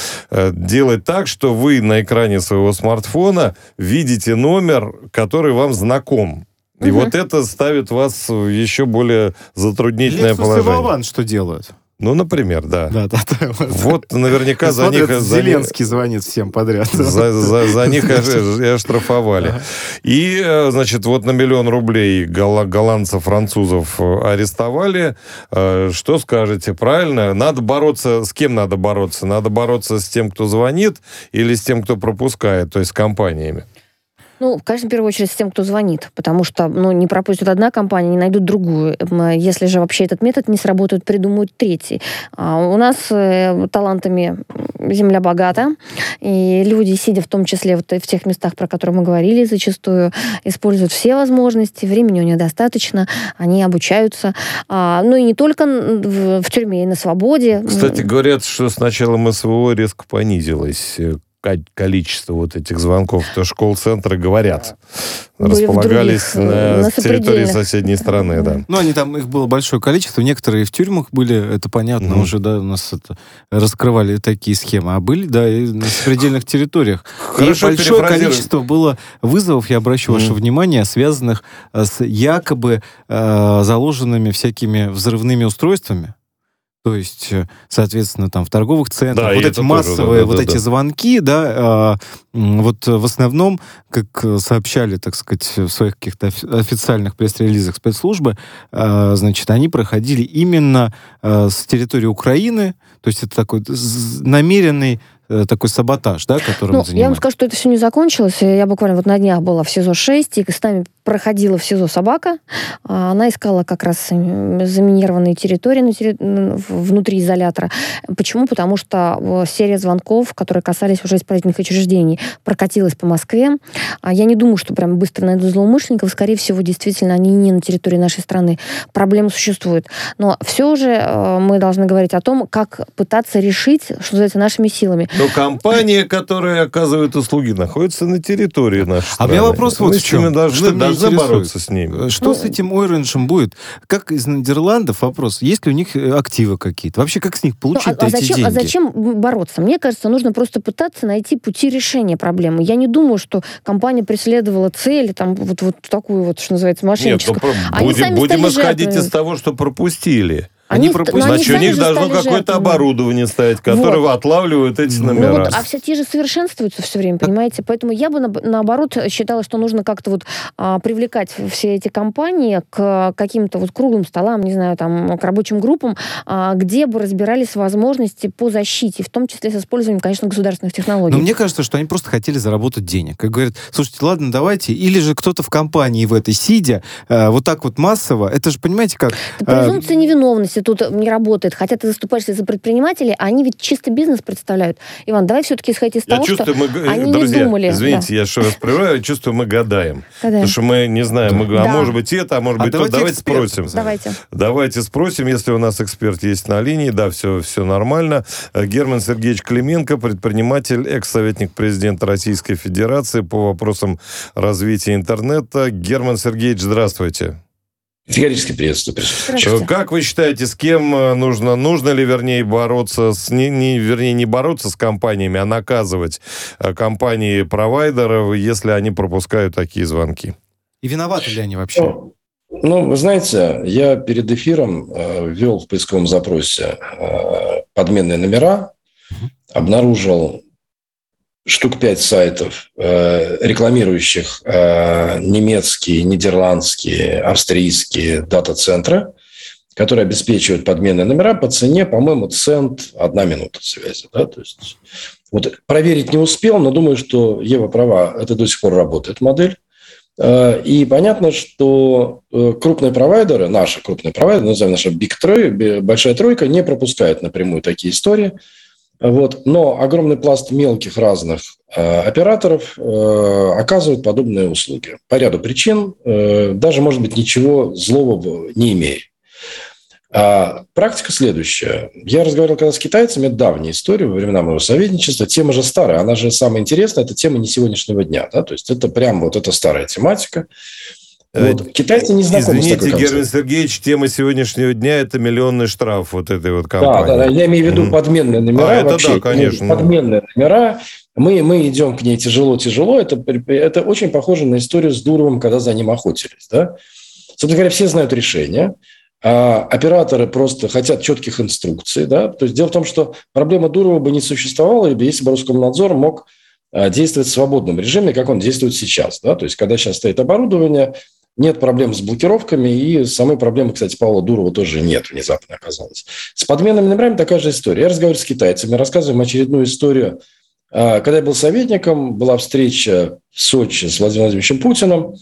делать так, что вы на экране своего смартфона видите номер, который вам знаком. И угу. вот это ставит вас в еще более затруднительное Lexus положение. и Вован что делают? Ну, например, да. Да, да, да. Вот наверняка за них... Зеленский звонит всем подряд. За, за, за них и оштрафовали. Ага. И, значит, вот на миллион рублей голландцев, французов арестовали. Что скажете? Правильно? Надо бороться... С кем надо бороться? Надо бороться с тем, кто звонит, или с тем, кто пропускает, то есть с компаниями? Ну, конечно, в первую очередь с тем, кто звонит, потому что, ну, не пропустит одна компания, не найдут другую. Если же вообще этот метод не сработает, придумают третий. А у нас э, талантами земля богата, и люди, сидя в том числе вот в тех местах, про которые мы говорили, зачастую используют все возможности, времени у них достаточно, они обучаются. А, ну, и не только в, в тюрьме, и на свободе. Кстати, говорят, что с началом СВО резко понизилось количество вот этих звонков, то колл-центры говорят, были располагались других, на, на территории соседней страны, да. Ну, они там, их было большое количество, некоторые в тюрьмах были, это понятно, mm-hmm. уже, да, у нас это, раскрывали такие схемы, а были, да, и на сопредельных территориях. Хорошо, и большое количество было вызовов, я обращу mm-hmm. ваше внимание, связанных с якобы э, заложенными всякими взрывными устройствами. То есть, соответственно, там в торговых центрах да, вот эти массовые тоже, да, вот да, эти да. звонки, да, э, вот в основном, как сообщали, так сказать, в своих каких-то официальных пресс-релизах спецслужбы, э, значит, они проходили именно э, с территории Украины, то есть это такой намеренный такой саботаж, да, которым ну, мы занимаемся. Я вам скажу, что это все не закончилось. Я буквально вот на днях была в СИЗО шесть, и с нами проходила в СИЗО собака. Она искала как раз заминированные территории на терри... внутри изолятора. Почему? Потому что серия звонков, которые касались уже исправительных учреждений, прокатилась по Москве. Я не думаю, что прям быстро найдут злоумышленников. Скорее всего, действительно, они не на территории нашей страны. Проблема существует. Но все же мы должны говорить о том, как пытаться решить, что называется, нашими силами. Но компания, которая оказывает услуги, находится на территории нашей страны. А у меня вопрос вот мы в чем. Мы должны, должны бороться с ними. Что ну, с этим Orange будет? Как из Нидерландов вопрос, есть ли у них активы какие-то? Вообще, как с них получить ну, а, эти зачем, деньги? А зачем бороться? Мне кажется, нужно просто пытаться найти пути решения проблемы. Я не думаю, что компания преследовала цель, там, вот, вот такую вот, что называется, мошенническую. Нет, ну, будем, будем исходить из того, что пропустили. Они, они пропустили. Значит, у них должно какое-то оборудование стоять, которое вот. отлавливает эти номера. Ну, вот, а все те же совершенствуются все время, понимаете? Поэтому я бы, наоборот, считала, что нужно как-то вот а, привлекать все эти компании к каким-то вот круглым столам, не знаю, там, к рабочим группам, а, где бы разбирались возможности по защите, в том числе с использованием, конечно, государственных технологий. Но мне кажется, что они просто хотели заработать денег. Как говорят, слушайте, ладно, давайте. Или же кто-то в компании в этой сидя, а, вот так вот массово, это же, понимаете, как... Это презумпция невиновности. институт не работает, хотя ты заступаешься за предпринимателей, они ведь чисто бизнес представляют. Иван, давай все-таки исходить из я того, чувствую, что мы, они друзья, не думали. Извините, да. я еще раз проверяю, чувствую, мы гадаем. Гадаем. Потому что мы не знаем, мы, да. а может быть это, а может а быть давайте то. Давайте эксперт. спросим. Давайте. Давайте спросим, если у нас эксперт есть на линии. Да, все, все нормально. Герман Сергеевич Клименко, предприниматель, экс-советник президента Российской Федерации по вопросам развития интернета. Герман Сергеевич, здравствуйте. Категорически приветствую. Как вы считаете, с кем нужно, нужно ли, вернее, бороться, с, не, не, вернее, не бороться с компаниями, а наказывать компании-провайдеров, если они пропускают такие звонки? И виноваты ли они вообще? Ну, ну вы знаете, я перед эфиром э, ввел в поисковом запросе э, подменные номера, обнаружил штук пять сайтов, э, рекламирующих э, немецкие, нидерландские, австрийские дата-центры, которые обеспечивают подменные номера по цене, по-моему, цент одна минута связи. Да? То есть, вот, проверить не успел, но думаю, что Ева права, это до сих пор работает модель. Э, и понятно, что э, крупные провайдеры, наши крупные провайдеры, назовем наша Big Трой, большая тройка, не пропускает напрямую такие истории. Вот. Но огромный пласт мелких разных э, операторов э, оказывают подобные услуги. По ряду причин, э, даже, может быть, ничего злого не имея. А практика следующая. Я разговаривал когда с китайцами, это давняя история, во времена моего советничества. Тема же старая, она же самая интересная, это тема не сегодняшнего дня. Да? То есть это прям вот эта старая тематика. Вот. Китайцы не знакомы Извините, с такой концепцией. Герман Сергеевич, тема сегодняшнего дня – это миллионный штраф вот этой вот компании. Да, да, я имею в виду подменные номера. А, это вообще, да, конечно. Подменные номера. Мы, мы идем к ней тяжело-тяжело. Это, это очень похоже на историю с Дуровым, когда за ним охотились. Да? Собственно говоря, все знают решение. А операторы просто хотят четких инструкций. Да? То есть дело в том, что проблема Дурова бы не существовала, если бы Роскомнадзор мог действовать в свободном режиме, как он действует сейчас. Да? То есть когда сейчас стоит оборудование, нет проблем с блокировками, и самой проблемы, кстати, Павла Дурова тоже нет, внезапно оказалось. С подменными номерами такая же история. Я разговариваю с китайцами, рассказываем очередную историю. Когда я был советником, была встреча в Сочи с Владимиром Владимировичем Путиным.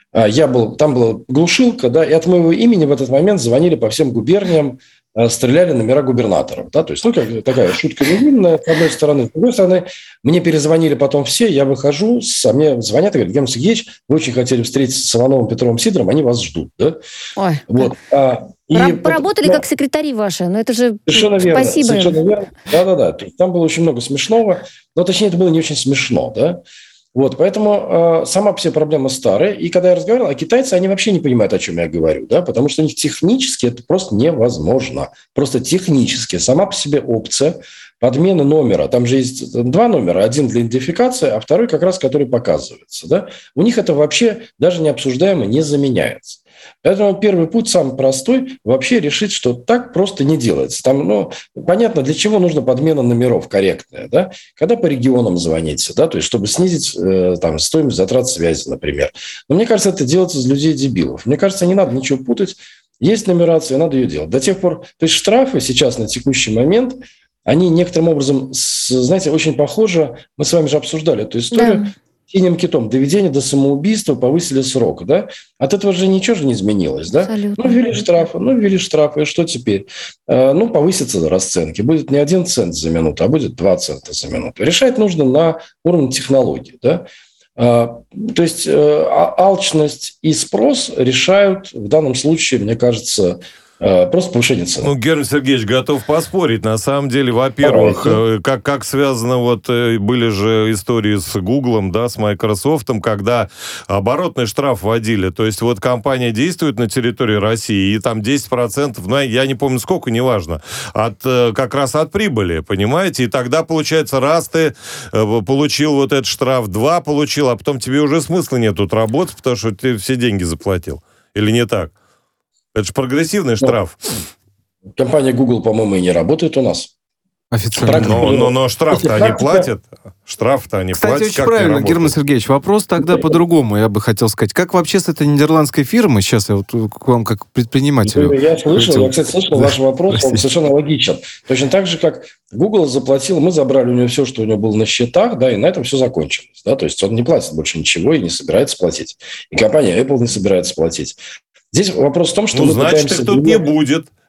Я был, там была глушилка, да, и от моего имени в этот момент звонили по всем губерниям, стреляли номера губернаторов. Да? То есть, ну, как такая шутка невинная, с одной стороны. С другой стороны, мне перезвонили потом все, я выхожу, а мне звонят и говорят: Герман Сергеевич, вы очень хотели встретиться с Ивановым, Петровым, Сидором, они вас ждут. Да? Ой. Вот. А, и, Поработали да, как секретари ваши, но это же совершенно верно, спасибо. Совершенно верно. Да-да-да. Там было очень много смешного, но точнее это было не очень смешно, да. Вот, поэтому э, сама по себе проблема старая. И когда я разговаривал, а китайцы, они вообще не понимают, о чем я говорю, да, потому что у них технически это просто невозможно. Просто технически. Сама по себе опция подмены номера. Там же есть два номера. Один для идентификации, а второй как раз, который показывается. Да? У них это вообще даже необсуждаемо не заменяется. Поэтому первый путь, самый простой, вообще решить, что так просто не делается. Там, ну, понятно, для чего нужна подмена номеров корректная, да? Когда по регионам звоните, да, то есть чтобы снизить э, там, стоимость затрат связи, например. Но мне кажется, это делается из людей-дебилов. Мне кажется, не надо ничего путать. Есть нумерация, надо ее делать. До тех пор, то есть штрафы сейчас на текущий момент, они некоторым образом, знаете, очень похожи. Мы с вами же обсуждали эту историю. Да. Синим китом, доведение до самоубийства, повысили срок, да? От этого же ничего же не изменилось, да? Абсолютно. Ну, ввели штрафы, ну, ввели штрафы, и что теперь? А, ну, повысятся расценки. Будет не один цент за минуту, а будет два цента за минуту. Решать нужно на уровне технологий, да? А, то есть а, алчность и спрос решают в данном случае, мне кажется, просто повышение цены. Ну, Герман Сергеевич, готов поспорить. На самом деле, во-первых, как, как связано, вот были же истории с Гуглом, да, с Майкрософтом, когда оборотный штраф вводили. То есть вот компания действует на территории России, и там десять процентов, ну, я не помню сколько, неважно, от, как раз от прибыли, понимаете? И тогда, получается, раз ты получил вот этот штраф, два получил, а потом тебе уже смысла нет тут работать, потому что ты все деньги заплатил. Или не так? Это же прогрессивный штраф. Ну, компания Google, по-моему, и не работает у нас. Официально. Но, но, но штраф-то они платят. Штраф-то они Кстати, платят. Кстати, очень правильно, Герман Сергеевич. Вопрос тогда по-другому, я бы хотел сказать. Как вообще с этой нидерландской фирмой, сейчас я вот к вам как к предпринимателю... Я слышал, я, кстати, слышал ваш вопрос, он совершенно логичен. Точно так же, как Google заплатил, мы забрали у него все, что у него было на счетах, да, и на этом все закончилось. Да? То есть он не платит больше ничего и не собирается платить. И компания Apple не собирается платить. Здесь вопрос в том, что ну, мы значит, пытаемся... их тут не будет.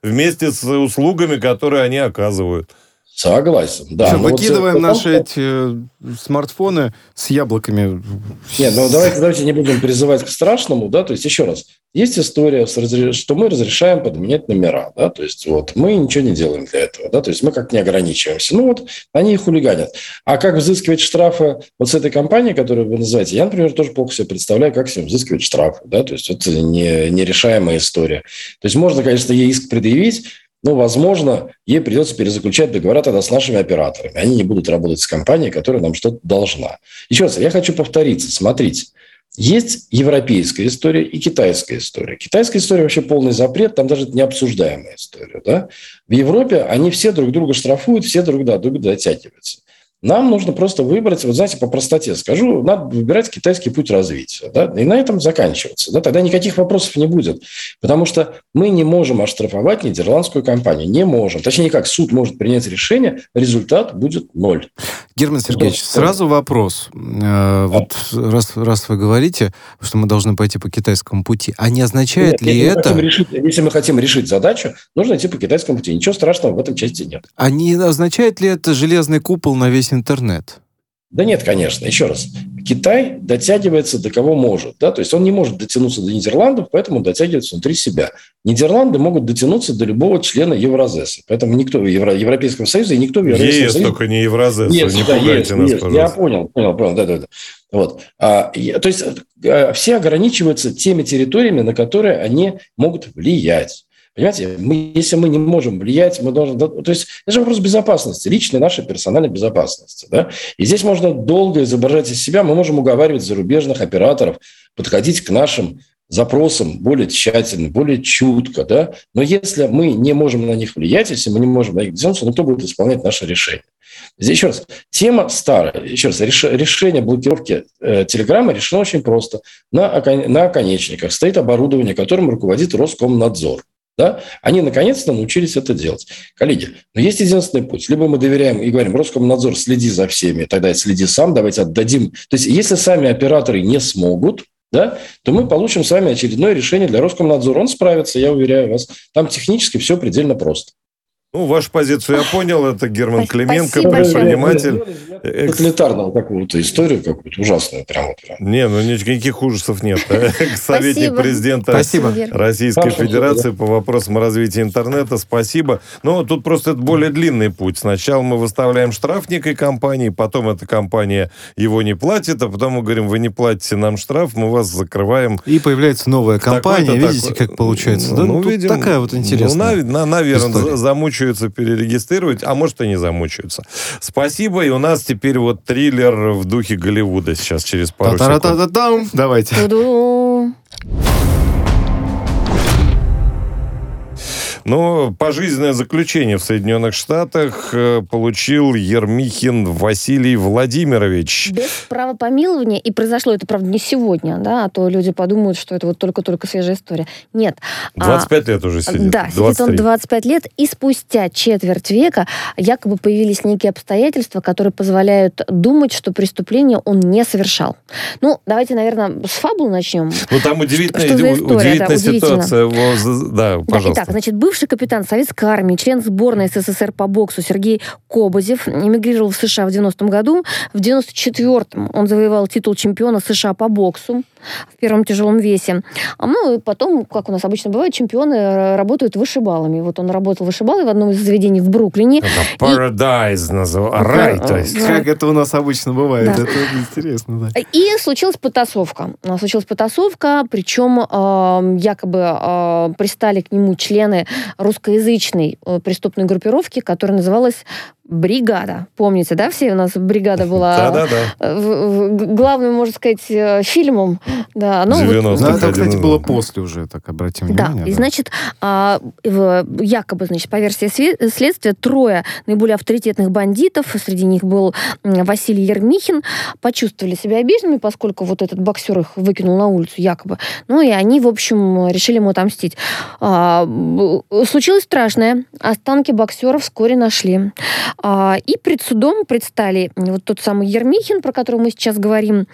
вместе с услугами, которые они оказывают. Согласен, да. Что, выкидываем вот, наши эти э, смартфоны с яблоками. Нет, ну давайте, давайте не будем призывать к страшному, да, то есть еще раз, есть история, что мы разрешаем подменять номера, да, то есть вот мы ничего не делаем для этого, да, то есть мы как не ограничиваемся. Ну вот они и хулиганят. А как взыскивать штрафы вот с этой компанией, которую вы называете, я, например, тоже плохо себе представляю, как с ним взыскивать штрафы, да, то есть это не, нерешаемая история. То есть можно, конечно, ей иск предъявить, но, возможно, ей придется перезаключать договора тогда с нашими операторами. Они не будут работать с компанией, которая нам что-то должна. Еще раз, я хочу повториться. Смотрите, есть европейская история и китайская история. Китайская история вообще полный запрет, там даже необсуждаемая история. Да? В Европе они все друг друга штрафуют, все друг до друга дотягиваются. Нам нужно просто выбрать, вот знаете, по простоте скажу, надо выбирать китайский путь развития, да, и на этом заканчиваться. Да, тогда никаких вопросов не будет, потому что мы не можем оштрафовать нидерландскую компанию, не можем. Точнее, как суд может принять решение, результат будет ноль. Герман Сергеевич, что? Сразу вопрос. Да. Вот раз, раз вы говорите, что мы должны пойти по китайскому пути, а не означает нет, ли если это... Мы решить, если мы хотим решить задачу, нужно идти по китайскому пути. Ничего страшного в этом части нет. А не означает ли это железный купол на весь интернет? Да нет, конечно. Еще раз. Китай дотягивается до кого может. Да? То есть он не может дотянуться до Нидерландов, поэтому дотягивается внутри себя. Нидерланды могут дотянуться до любого члена Евразеса. Поэтому никто в Евро... Европейском Союзе и никто в Европейском ЕС Союзе... только не Евразес, ЕС, не да, пугайте ЕС, нас, ЕС. пожалуйста. Я понял, понял, понял. Да, да, да. Вот. А, я, то есть а, все ограничиваются теми территориями, на которые они могут влиять. Понимаете, мы, если мы не можем влиять, мы должны... То есть это же вопрос безопасности, личной нашей персональной безопасности. Да? И здесь можно долго изображать из себя, мы можем уговаривать зарубежных операторов подходить к нашим запросам более тщательно, более чутко. Да? Но если мы не можем на них влиять, если мы не можем на них дотянуться, ну кто будет исполнять наше решение? Здесь еще раз, тема старая. Еще раз, реш, решение блокировки э, Телеграма решено очень просто. На, на оконечниках стоит оборудование, которым руководит Роскомнадзор. Да? Они наконец-то научились это делать. Коллеги, но есть единственный путь. Либо мы доверяем и говорим, Роскомнадзор, следи за всеми, тогда следи сам, давайте отдадим. То есть если сами операторы не смогут, да, то мы получим с вами очередное решение для Роскомнадзора. Он справится, я уверяю вас. Там технически все предельно просто. Ну, вашу позицию я понял. Это Герман Спасибо Клименко, большое. предприниматель. Тоталитарную какую-то историю, какую-то ужасную. Прям, прям. Не, ну никаких ужасов нет. Советник президента Спасибо. Российской Федерации по вопросам развития интернета. Спасибо. Но тут просто это более длинный путь. Сначала мы выставляем штраф некой компании, потом эта компания его не платит, а потом мы говорим, вы не платите нам штраф, мы вас закрываем. И появляется новая компания. Такой-то, видите, такой... как получается? Да, ну, ну, видим, такая вот интересная ну, на, наверное, история. замучаются перерегистрировать, а может и не замучаются. Спасибо, и у нас теперь вот триллер в духе Голливуда сейчас через пару секунд. Та-та-та-та-там. Давайте. Ту-ду. Но пожизненное заключение в Соединенных Штатах получил Ермихин Василий Владимирович. Без права помилования, и произошло это, правда, не сегодня, да, а то люди подумают, что это вот только-только свежая история. Нет. двадцать пять а, лет уже сидит. Да, сидит он двадцать пять лет, и спустя четверть века якобы появились некие обстоятельства, которые позволяют думать, что преступление он не совершал. Ну, давайте, наверное, с фабулы начнем. Ну, там удивительная, что, что за история, удивительная да, ситуация. Да, пожалуйста. Да, итак, значит, бывший капитан Советской армии, член сборной СССР по боксу Сергей Кобозев эмигрировал в США в девяностом году. В девяносто четвёртом он завоевал титул чемпиона США по боксу в первом тяжелом весе. Ну, и потом, как у нас обычно бывает, чемпионы работают вышибалами. Вот он работал вышибалой в одном из заведений в Бруклине. Это Paradise называется. Рай, то есть. Как это у нас обычно бывает. Да. Это интересно, да. И случилась потасовка. Случилась потасовка, причем э, якобы э, пристали к нему члены русскоязычной э, преступной группировки, которая называлась «Бригада». Помните, да, все у нас «Бригада» была главным, можно сказать, фильмом. Да, ну, вот, ну, это, кстати, было после уже, так обратим внимание. Да, да. И, значит, якобы, значит, по версии следствия, трое наиболее авторитетных бандитов, среди них был Василий Ермихин, почувствовали себя обиженными, поскольку вот этот боксер их выкинул на улицу, якобы. Ну, и они, в общем, решили ему отомстить. Случилось страшное. Останки боксера вскоре нашли. И пред судом предстали вот тот самый Ермихин, про которого мы сейчас говорим.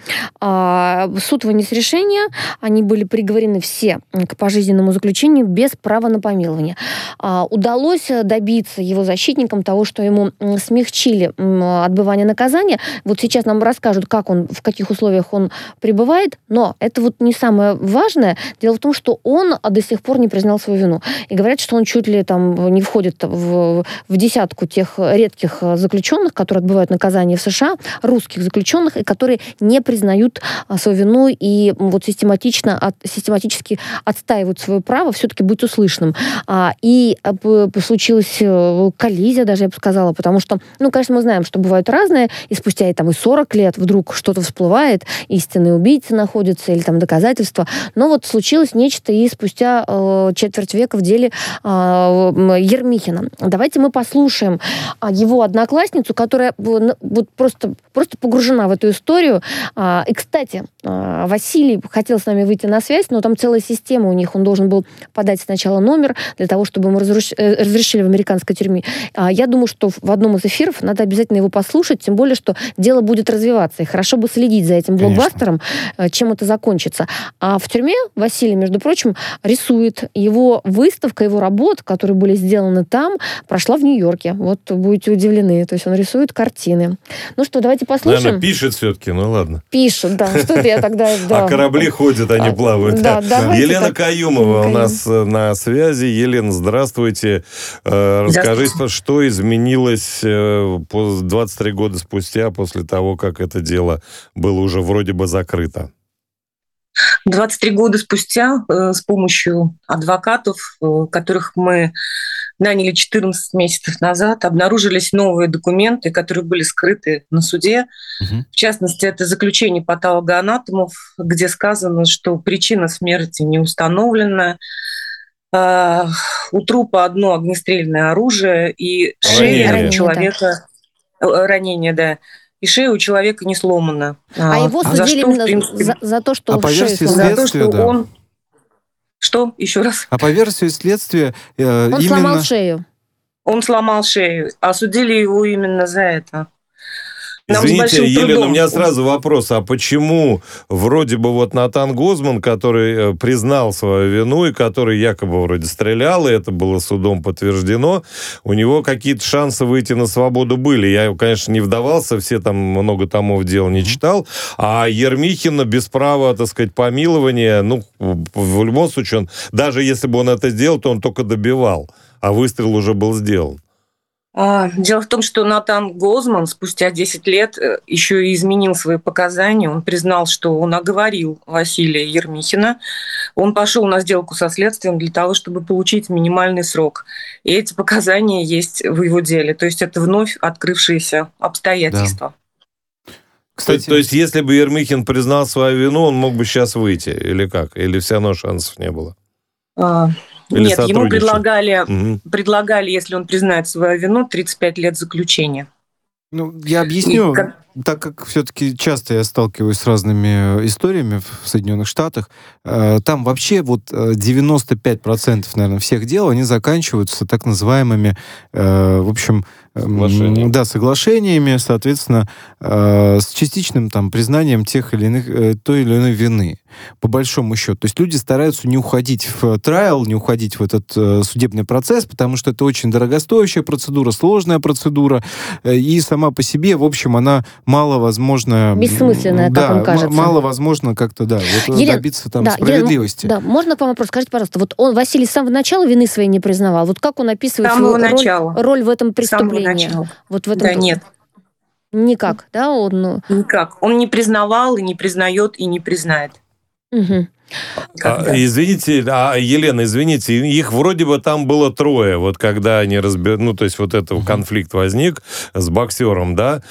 Суд вынес решение, они были приговорены все к пожизненному заключению без права на помилование. Удалось добиться его защитникам того, что ему смягчили отбывание наказания. Вот сейчас нам расскажут, как он, в каких условиях он пребывает, но это вот не самое важное. Дело в том, что он до сих пор не признал свою вину. И говорят, что он чуть ли там не входит в, в десятку тех редких заключенных, которые отбывают наказание в США, русских заключенных, и которые не признают свою вину и вот систематично, от, систематически отстаивают свое право все-таки быть услышанным. И случилась коллизия, даже я бы сказала, потому что, ну, конечно, мы знаем, что бывают разные, и спустя и, там, и сорок лет вдруг что-то всплывает, истинные убийцы находятся, или там доказательства. Но вот случилось нечто и спустя э, четверть века в деле э, Ермихина. Давайте мы послушаем его одноклассницу, которая вот просто, просто погружена в эту историю. И, кстати, Василий хотел с нами выйти на связь, но там целая система у них. Он должен был подать сначала номер для того, чтобы ему разрешили в американской тюрьме. Я думаю, что в одном из эфиров надо обязательно его послушать, тем более, что дело будет развиваться. И хорошо бы следить за этим блокбастером, Конечно. чем это закончится. А в тюрьме Василий, между прочим, рисует. Его выставка, его работ, которые были сделаны там, прошла в Нью-Йорке. Вот будете удивлены. То есть он рисует картины. Ну что, давайте послушаем. Наверное, пишет все-таки, ну ладно. Пишет, да. Что это я тогда... А корабли ходят, они плавают. Елена Каюмова у нас на связи. Елена, здравствуйте. Расскажите, что изменилось двадцать три года спустя, после того, как это дело было уже вроде бы закрыто? двадцать три года спустя э, с помощью адвокатов, э, которых мы наняли четырнадцать месяцев назад, обнаружились новые документы, которые были скрыты на суде. Угу. В частности, это заключение патологоанатомов, где сказано, что причина смерти не установлена. Э, у трупа одно огнестрельное оружие и шея у человека... Ранение, да. И шея у человека не сломана. А, а его судили за именно принципе... за, за то, что а в по версии шею следствия, за то, что да. он... Что? Еще раз. А по версии следствия... Э, он именно... сломал шею. Он сломал шею. А судили его именно за это. Нам Извините, Елена, у меня сразу вопрос. А почему вроде бы вот Натан Гозман, который признал свою вину и который якобы вроде стрелял, и это было судом подтверждено, у него какие-то шансы выйти на свободу были? Я, конечно, не вдавался, все там много томов дел не читал. А Ермихина без права, так сказать, помилования, ну, в любом случае, он, даже если бы он это сделал, то он только добивал, а выстрел уже был сделан. Дело в том, что Натан Гозман спустя десять лет еще и изменил свои показания. Он признал, что он оговорил Василия Ермихина. Он пошел на сделку со следствием для того, чтобы получить минимальный срок. И эти показания есть в его деле. То есть это вновь открывшиеся обстоятельства. Да. Кстати, то, то есть если бы Ермихин признал свою вину, он мог бы сейчас выйти? Или как? Или все равно шансов не было? А... Или Нет, ему предлагали, угу. предлагали, если он признает свою вину, тридцать пять лет заключения. Ну, я объясню. Как... Так как все-таки часто я сталкиваюсь с разными историями в Соединенных Штатах, там вообще вот девяносто пять процентов, наверное, всех дел, они заканчиваются так называемыми, в общем, Соглашение. да, соглашениями, соответственно, с частичным там признанием тех или иных, той или иной вины, по большому счету. То есть люди стараются не уходить в трайл, не уходить в этот судебный процесс, потому что это очень дорогостоящая процедура, сложная процедура, и сама по себе, в общем, она мало возможно... Бессмысленная, да, как вам кажется. Мало возможно как-то, да, вот Елена, добиться там да, справедливости. Елена, да, можно к вам вопрос? Скажите, пожалуйста, вот он, Василий, с самого начала вины своей не признавал. Вот как он описывает свою роль, роль в этом преступлении? Вот в этом да, нет. Никак, да? Он... Никак. Он не признавал, и не признает, и не признает. Угу. А, извините, а, Елена, извините, их вроде бы там было трое, вот когда они разбирали, ну, то есть вот этот uh-huh. конфликт возник с боксером, да,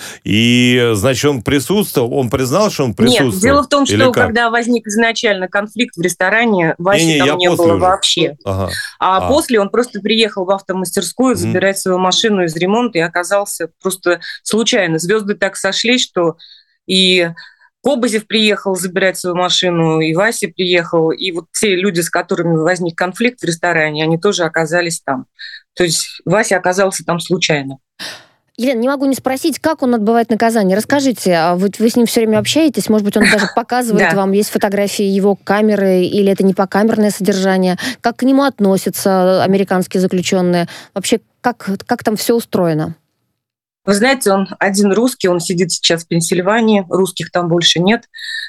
и, значит, он присутствовал, он признал, что он присутствовал? Нет, дело в том, что когда возник изначально конфликт в ресторане, Васи не, не, там не было уже. вообще. Ага. А, а после он просто приехал в автомастерскую забирать uh-huh. свою машину из ремонта и оказался просто случайно. Звезды так сошлись, что и... Кобызев приехал забирать свою машину, и Вася приехал, и вот те люди, с которыми возник конфликт в ресторане, они тоже оказались там. То есть Вася оказался там случайно. Елена, не могу не спросить, как он отбывает наказание. Расскажите, вы, вы с ним все время общаетесь, может быть, он даже показывает вам, есть фотографии его камеры, или это не покамерное содержание? Как к нему относятся американские заключенные? Вообще, как, как там все устроено? Вы знаете, он один русский, он сидит сейчас в Пенсильвании, русских там больше нет.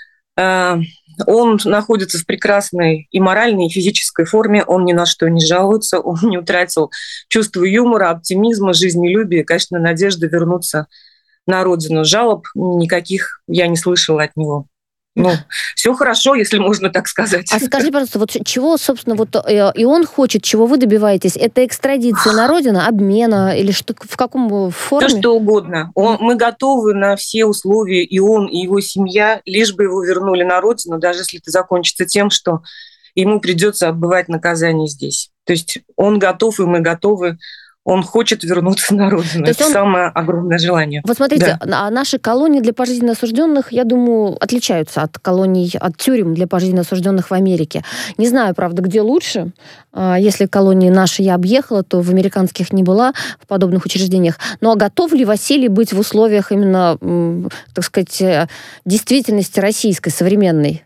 Он находится в прекрасной и моральной, и физической форме, он ни на что не жалуется, он не утратил чувство юмора, оптимизма, жизнелюбия, конечно, надежды вернуться на родину. Жалоб никаких я не слышала от него. Ну, все хорошо, если можно так сказать. А скажи, пожалуйста, вот чего, собственно, вот и он хочет, чего вы добиваетесь? Это экстрадиция на родину, обмена или что, в каком форме? То, что угодно. Он, мы готовы на все условия, и он, и его семья, лишь бы его вернули на родину, даже если это закончится тем, что ему придется отбывать наказание здесь. То есть он готов, и мы готовы. Он хочет вернуться на родину. Это он... самое огромное желание. Вот смотрите, да. Наши колонии для пожизненно осужденных, я думаю, отличаются от колоний, от тюрем для пожизненно осужденных в Америке. Не знаю, правда, где лучше. Если колонии наши я объехала, то в американских не была, в подобных учреждениях. Но готов ли Василий быть в условиях именно, так сказать, действительности российской, современной?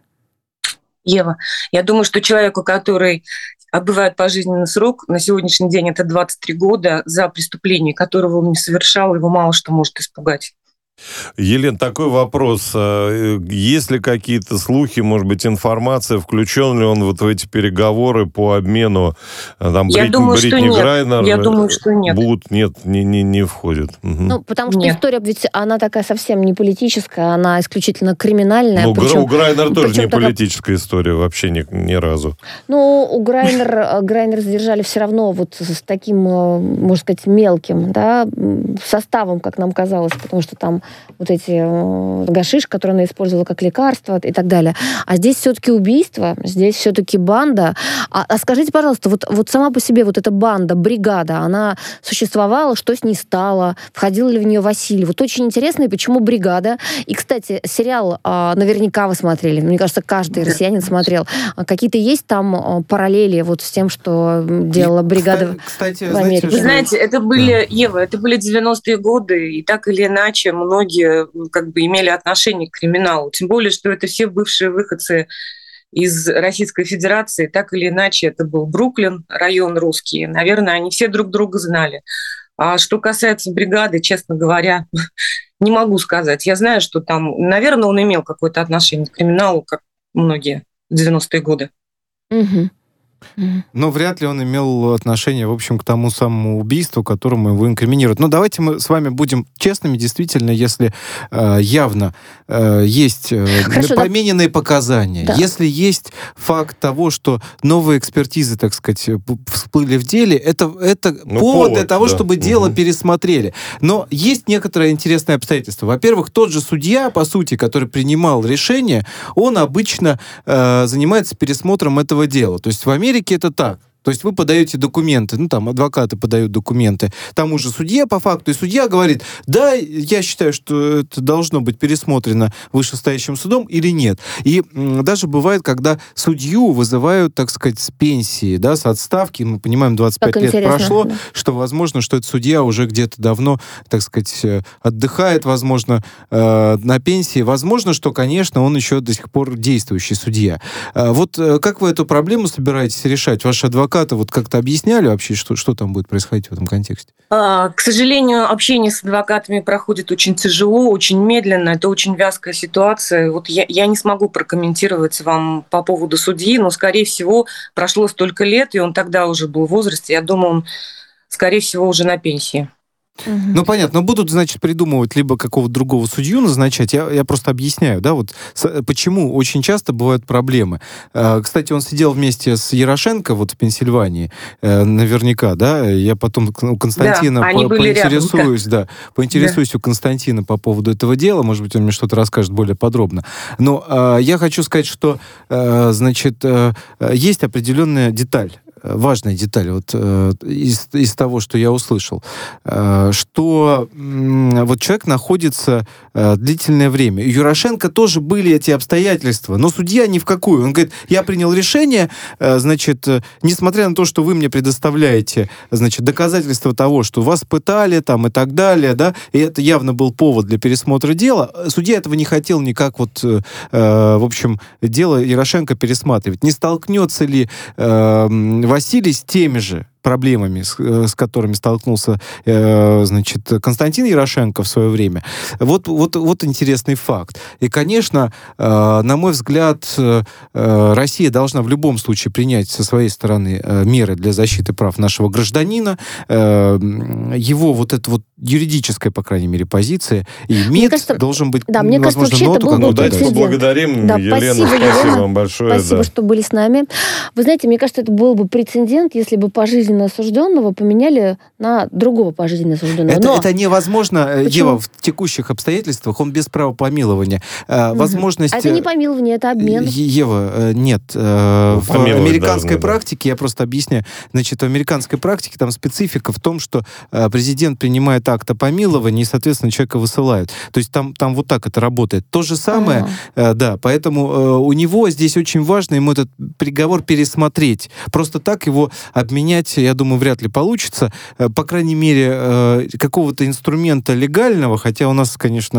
Ева, я думаю, что человеку, который отбывает пожизненный срок, на сегодняшний день это двадцать три года, за преступление, которого он не совершал, его мало что может испугать. Елена, такой вопрос. Есть ли какие-то слухи, может быть, информация, включен ли он вот в эти переговоры по обмену? Там, Я Брит... думаю, Бритни что нет. Грайнер, Я думаю, что нет. Будут, нет, не, не, не входит. Угу. Ну, потому что нет. история, ведь она такая совсем не политическая, она исключительно криминальная. Ну, причем, у Грайнера тоже не такая... политическая история, вообще ни, ни разу. Ну, у Грайнер, Грайнер задержали все равно вот с таким, можно сказать, мелким, да, составом, как нам казалось, потому что там вот эти гашиш, который она использовала как лекарство и так далее. А здесь все-таки убийство, здесь все-таки банда. А, а скажите, пожалуйста, вот, вот сама по себе вот эта банда, бригада, она существовала, что с ней стало, входил ли в нее Василий? Вот очень интересно, и почему бригада? И, кстати, сериал а, наверняка вы смотрели, мне кажется, каждый россиянин смотрел. Какие-то есть там параллели вот с тем, что делала бригада кстати, в Америке? Вы знаете, это были, Ева, это были девяностые годы, и так или иначе многие как бы имели отношение к криминалу. Тем более, что это все бывшие выходцы из Российской Федерации. Так или иначе, это был Бруклин, район русский. Наверное, они все друг друга знали. А что касается бригады, честно говоря, не могу сказать. Я знаю, что там, наверное, он имел какое-то отношение к криминалу, как многие в девяностые годы. Угу. Но вряд ли он имел отношение, в общем, к тому самому убийству, которому его инкриминируют. Но давайте мы с вами будем честными. Действительно, если э, явно э, есть э, помененные да. показания, да. если есть факт того, что новые экспертизы, так сказать, всплыли в деле, это, это ну, повод, повод для того, да. чтобы дело угу. пересмотрели. Но есть некоторое интересное обстоятельство. Во-первых, тот же судья, по сути, который принимал решение, он обычно э, занимается пересмотром этого дела. То есть в Америке это так. То есть вы подаете документы, ну там адвокаты подают документы тому же судье по факту, и судья говорит, да, я считаю, что это должно быть пересмотрено вышестоящим судом или нет. И м, даже бывает, когда судью вызывают, так сказать, с пенсии, да, с отставки, мы понимаем, двадцать пять лет прошло, да. что возможно, что этот судья уже где-то давно, так сказать, отдыхает, возможно, э, на пенсии, возможно, что, конечно, он еще до сих пор действующий судья. Э, вот э, как вы эту проблему собираетесь решать? Ваш адвокат вот как-то объясняли вообще, что, что там будет происходить в этом контексте? А, к сожалению, общение с адвокатами проходит очень тяжело, очень медленно. Это очень вязкая ситуация. Вот я, я не смогу прокомментировать вам по поводу судьи, но, скорее всего, прошло столько лет, и он тогда уже был в возрасте. Я думаю, он, скорее всего, уже на пенсии. Угу. Ну, понятно. Будут, значит, придумывать либо какого-то другого судью назначать. Я, я просто объясняю, да, вот с, почему очень часто бывают проблемы. Э, кстати, он сидел вместе с Ярошенко вот в Пенсильвании, э, наверняка, да. Я потом у Константина да, по, поинтересуюсь, рядом, да, поинтересуюсь да. у Константина по поводу этого дела. Может быть, он мне что-то расскажет более подробно. Но э, я хочу сказать, что, э, значит, э, есть определенная деталь. важная деталь вот, э, из, из того, что я услышал, э, что э, вот человек находится э, длительное время. У Юрошенко тоже были эти обстоятельства, но судья ни в какую. Он говорит, я принял решение, э, значит, э, несмотря на то, что вы мне предоставляете, значит, доказательства того, что вас пытали там и так далее, да, и это явно был повод для пересмотра дела, судья этого не хотел никак вот, э, в общем, дело Юрошенко пересматривать. Не столкнется ли э, Василий с теми же проблемами, с, с которыми столкнулся э, значит, Константин Ярошенко в свое время. Вот, вот, вот интересный факт. И, конечно, э, на мой взгляд, э, Россия должна в любом случае принять со своей стороны э, меры для защиты прав нашего гражданина, э, его вот эта вот юридическая, по крайней мере, позиция, и МИД кажется, должен быть, да, мне возможно, кажется, ноту как-то... Ну, давайте поблагодарим да, Елену. Спасибо, спасибо Елена. Вам большое. Спасибо, да. что были с нами. Вы знаете, мне кажется, это был бы прецедент, если бы пожизненно осужденного поменяли на другого пожизненно осужденного. Это, Но... это невозможно, Почему? Ева, в текущих обстоятельствах, он без права помилования. Угу. Возможность... А это не помилование, это обмен. Ева, нет. Ну, в американской должны, практике, да. Я просто объясняю, значит, в американской практике там специфика в том, что президент принимает акт о помиловании, и, соответственно, человека высылают. То есть там, там вот так это работает. То же самое, ага. да, поэтому у него здесь очень важно ему этот приговор пересмотреть. Просто так его обменять, я думаю, вряд ли получится. По крайней мере, какого-то инструмента легального, хотя у нас, конечно,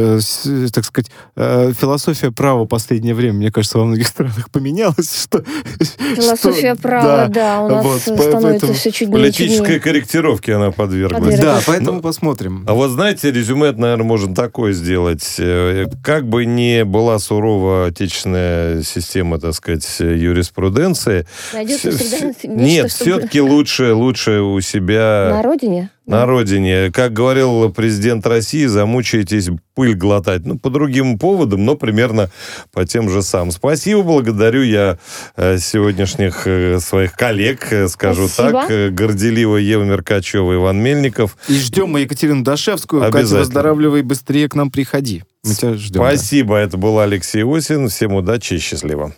так сказать, философия права в последнее время, мне кажется, во многих странах поменялась. Что, философия что, права, да, да, у нас вот, становится поэтому все чуднее. Политической корректировке она подверглась. Да, поэтому Но, посмотрим. А вот знаете, резюме, наверное, можно такое сделать. Как бы ни была сурова отечественная система, так сказать, юриспруденции, найдется всегда нет, чтобы... все-таки лучше, лучше у себя... На родине? На родине. Как говорил президент России, замучаетесь пыль глотать. Ну, по другим поводам, но примерно по тем же самым. Спасибо, благодарю я сегодняшних своих коллег, скажу Спасибо. так. Горделиво Ева Меркачева, Иван Мельников. И ждем мы Екатерину Дашевскую. Катя, выздоравливай, быстрее к нам приходи. Мы тебя ждем. Спасибо. Да. Это был Алексей Осин. Всем удачи и счастливо.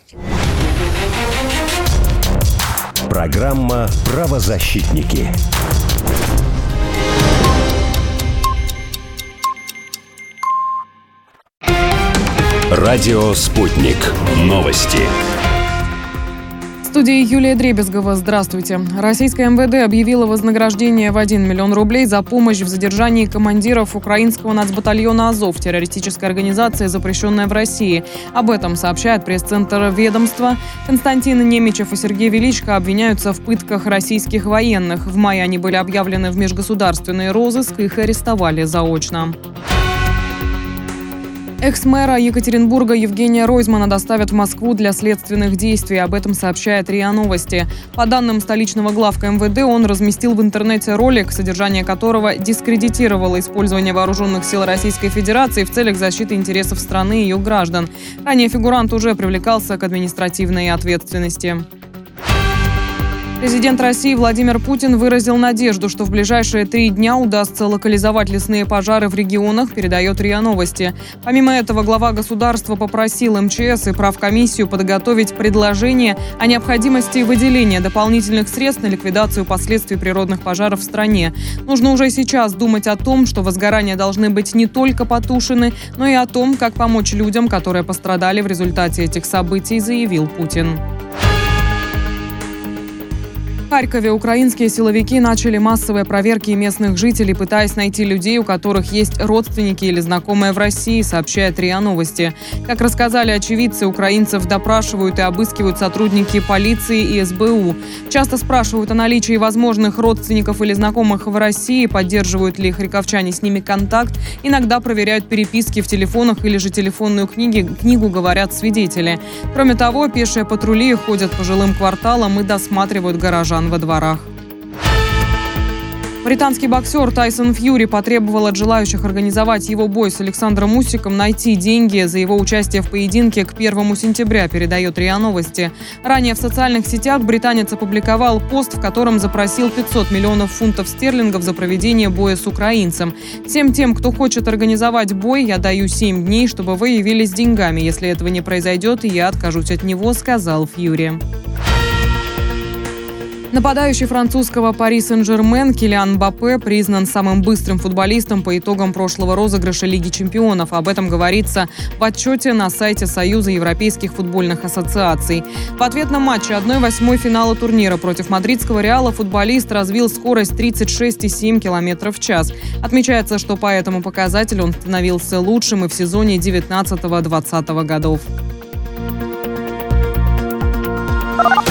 Программа «Правозащитники». Радио «Спутник». Новости. В студии Юлия Дребезгова. Здравствуйте. Российское эм вэ дэ объявило вознаграждение в один миллион рублей за помощь в задержании командиров украинского нацбатальона «Азов», террористической организации, запрещенной в России. Об этом сообщает пресс-центр ведомства. Константин Немичев и Сергей Величко обвиняются в пытках российских военных. В мае они были объявлены в межгосударственный розыск, их арестовали заочно. Экс-мэра Екатеринбурга Евгения Ройзмана доставят в Москву для следственных действий. Об этом сообщает РИА Новости. По данным столичного главка эм вэ дэ, он разместил в интернете ролик, содержание которого дискредитировало использование вооруженных сил Российской Федерации в целях защиты интересов страны и ее граждан. Ранее фигурант уже привлекался к административной ответственности. Президент России Владимир Путин выразил надежду, что в ближайшие три дня удастся локализовать лесные пожары в регионах, передает РИА Новости. Помимо этого, глава государства попросил эм че эс и правкомиссию подготовить предложение о необходимости выделения дополнительных средств на ликвидацию последствий природных пожаров в стране. Нужно уже сейчас думать о том, что возгорания должны быть не только потушены, но и о том, как помочь людям, которые пострадали в результате этих событий, заявил Путин. В Харькове украинские силовики начали массовые проверки местных жителей, пытаясь найти людей, у которых есть родственники или знакомые в России, сообщает РИА Новости. Как рассказали очевидцы, украинцев допрашивают и обыскивают сотрудники полиции и эс бэ у. Часто спрашивают о наличии возможных родственников или знакомых в России, поддерживают ли харьковчане с ними контакт. Иногда проверяют переписки в телефонах или же телефонную книги, книгу, говорят свидетели. Кроме того, пешие патрули ходят по жилым кварталам и досматривают горожан во дворах. Британский боксер Тайсон Фьюри потребовал от желающих организовать его бой с Александром Усиком найти деньги за его участие в поединке к первому сентября, передает РИА Новости. Ранее в социальных сетях британец опубликовал пост, в котором запросил пятьсот миллионов фунтов стерлингов за проведение боя с украинцем. Всем тем, кто хочет организовать бой, я даю семь дней, чтобы вы явились с деньгами. Если этого не произойдет, я откажусь от него, сказал Фьюри. Нападающий французского Пари Сен-Жермен Килиан Мбаппе признан самым быстрым футболистом по итогам прошлого розыгрыша Лиги чемпионов. Об этом говорится в отчете на сайте Союза европейских футбольных ассоциаций. В ответном матче одной восьмой финала турнира против мадридского Реала футболист развил скорость тридцать шесть и семь километров в час. Отмечается, что по этому показателю он становился лучшим и в сезоне девятнадцатого-двадцатого годов.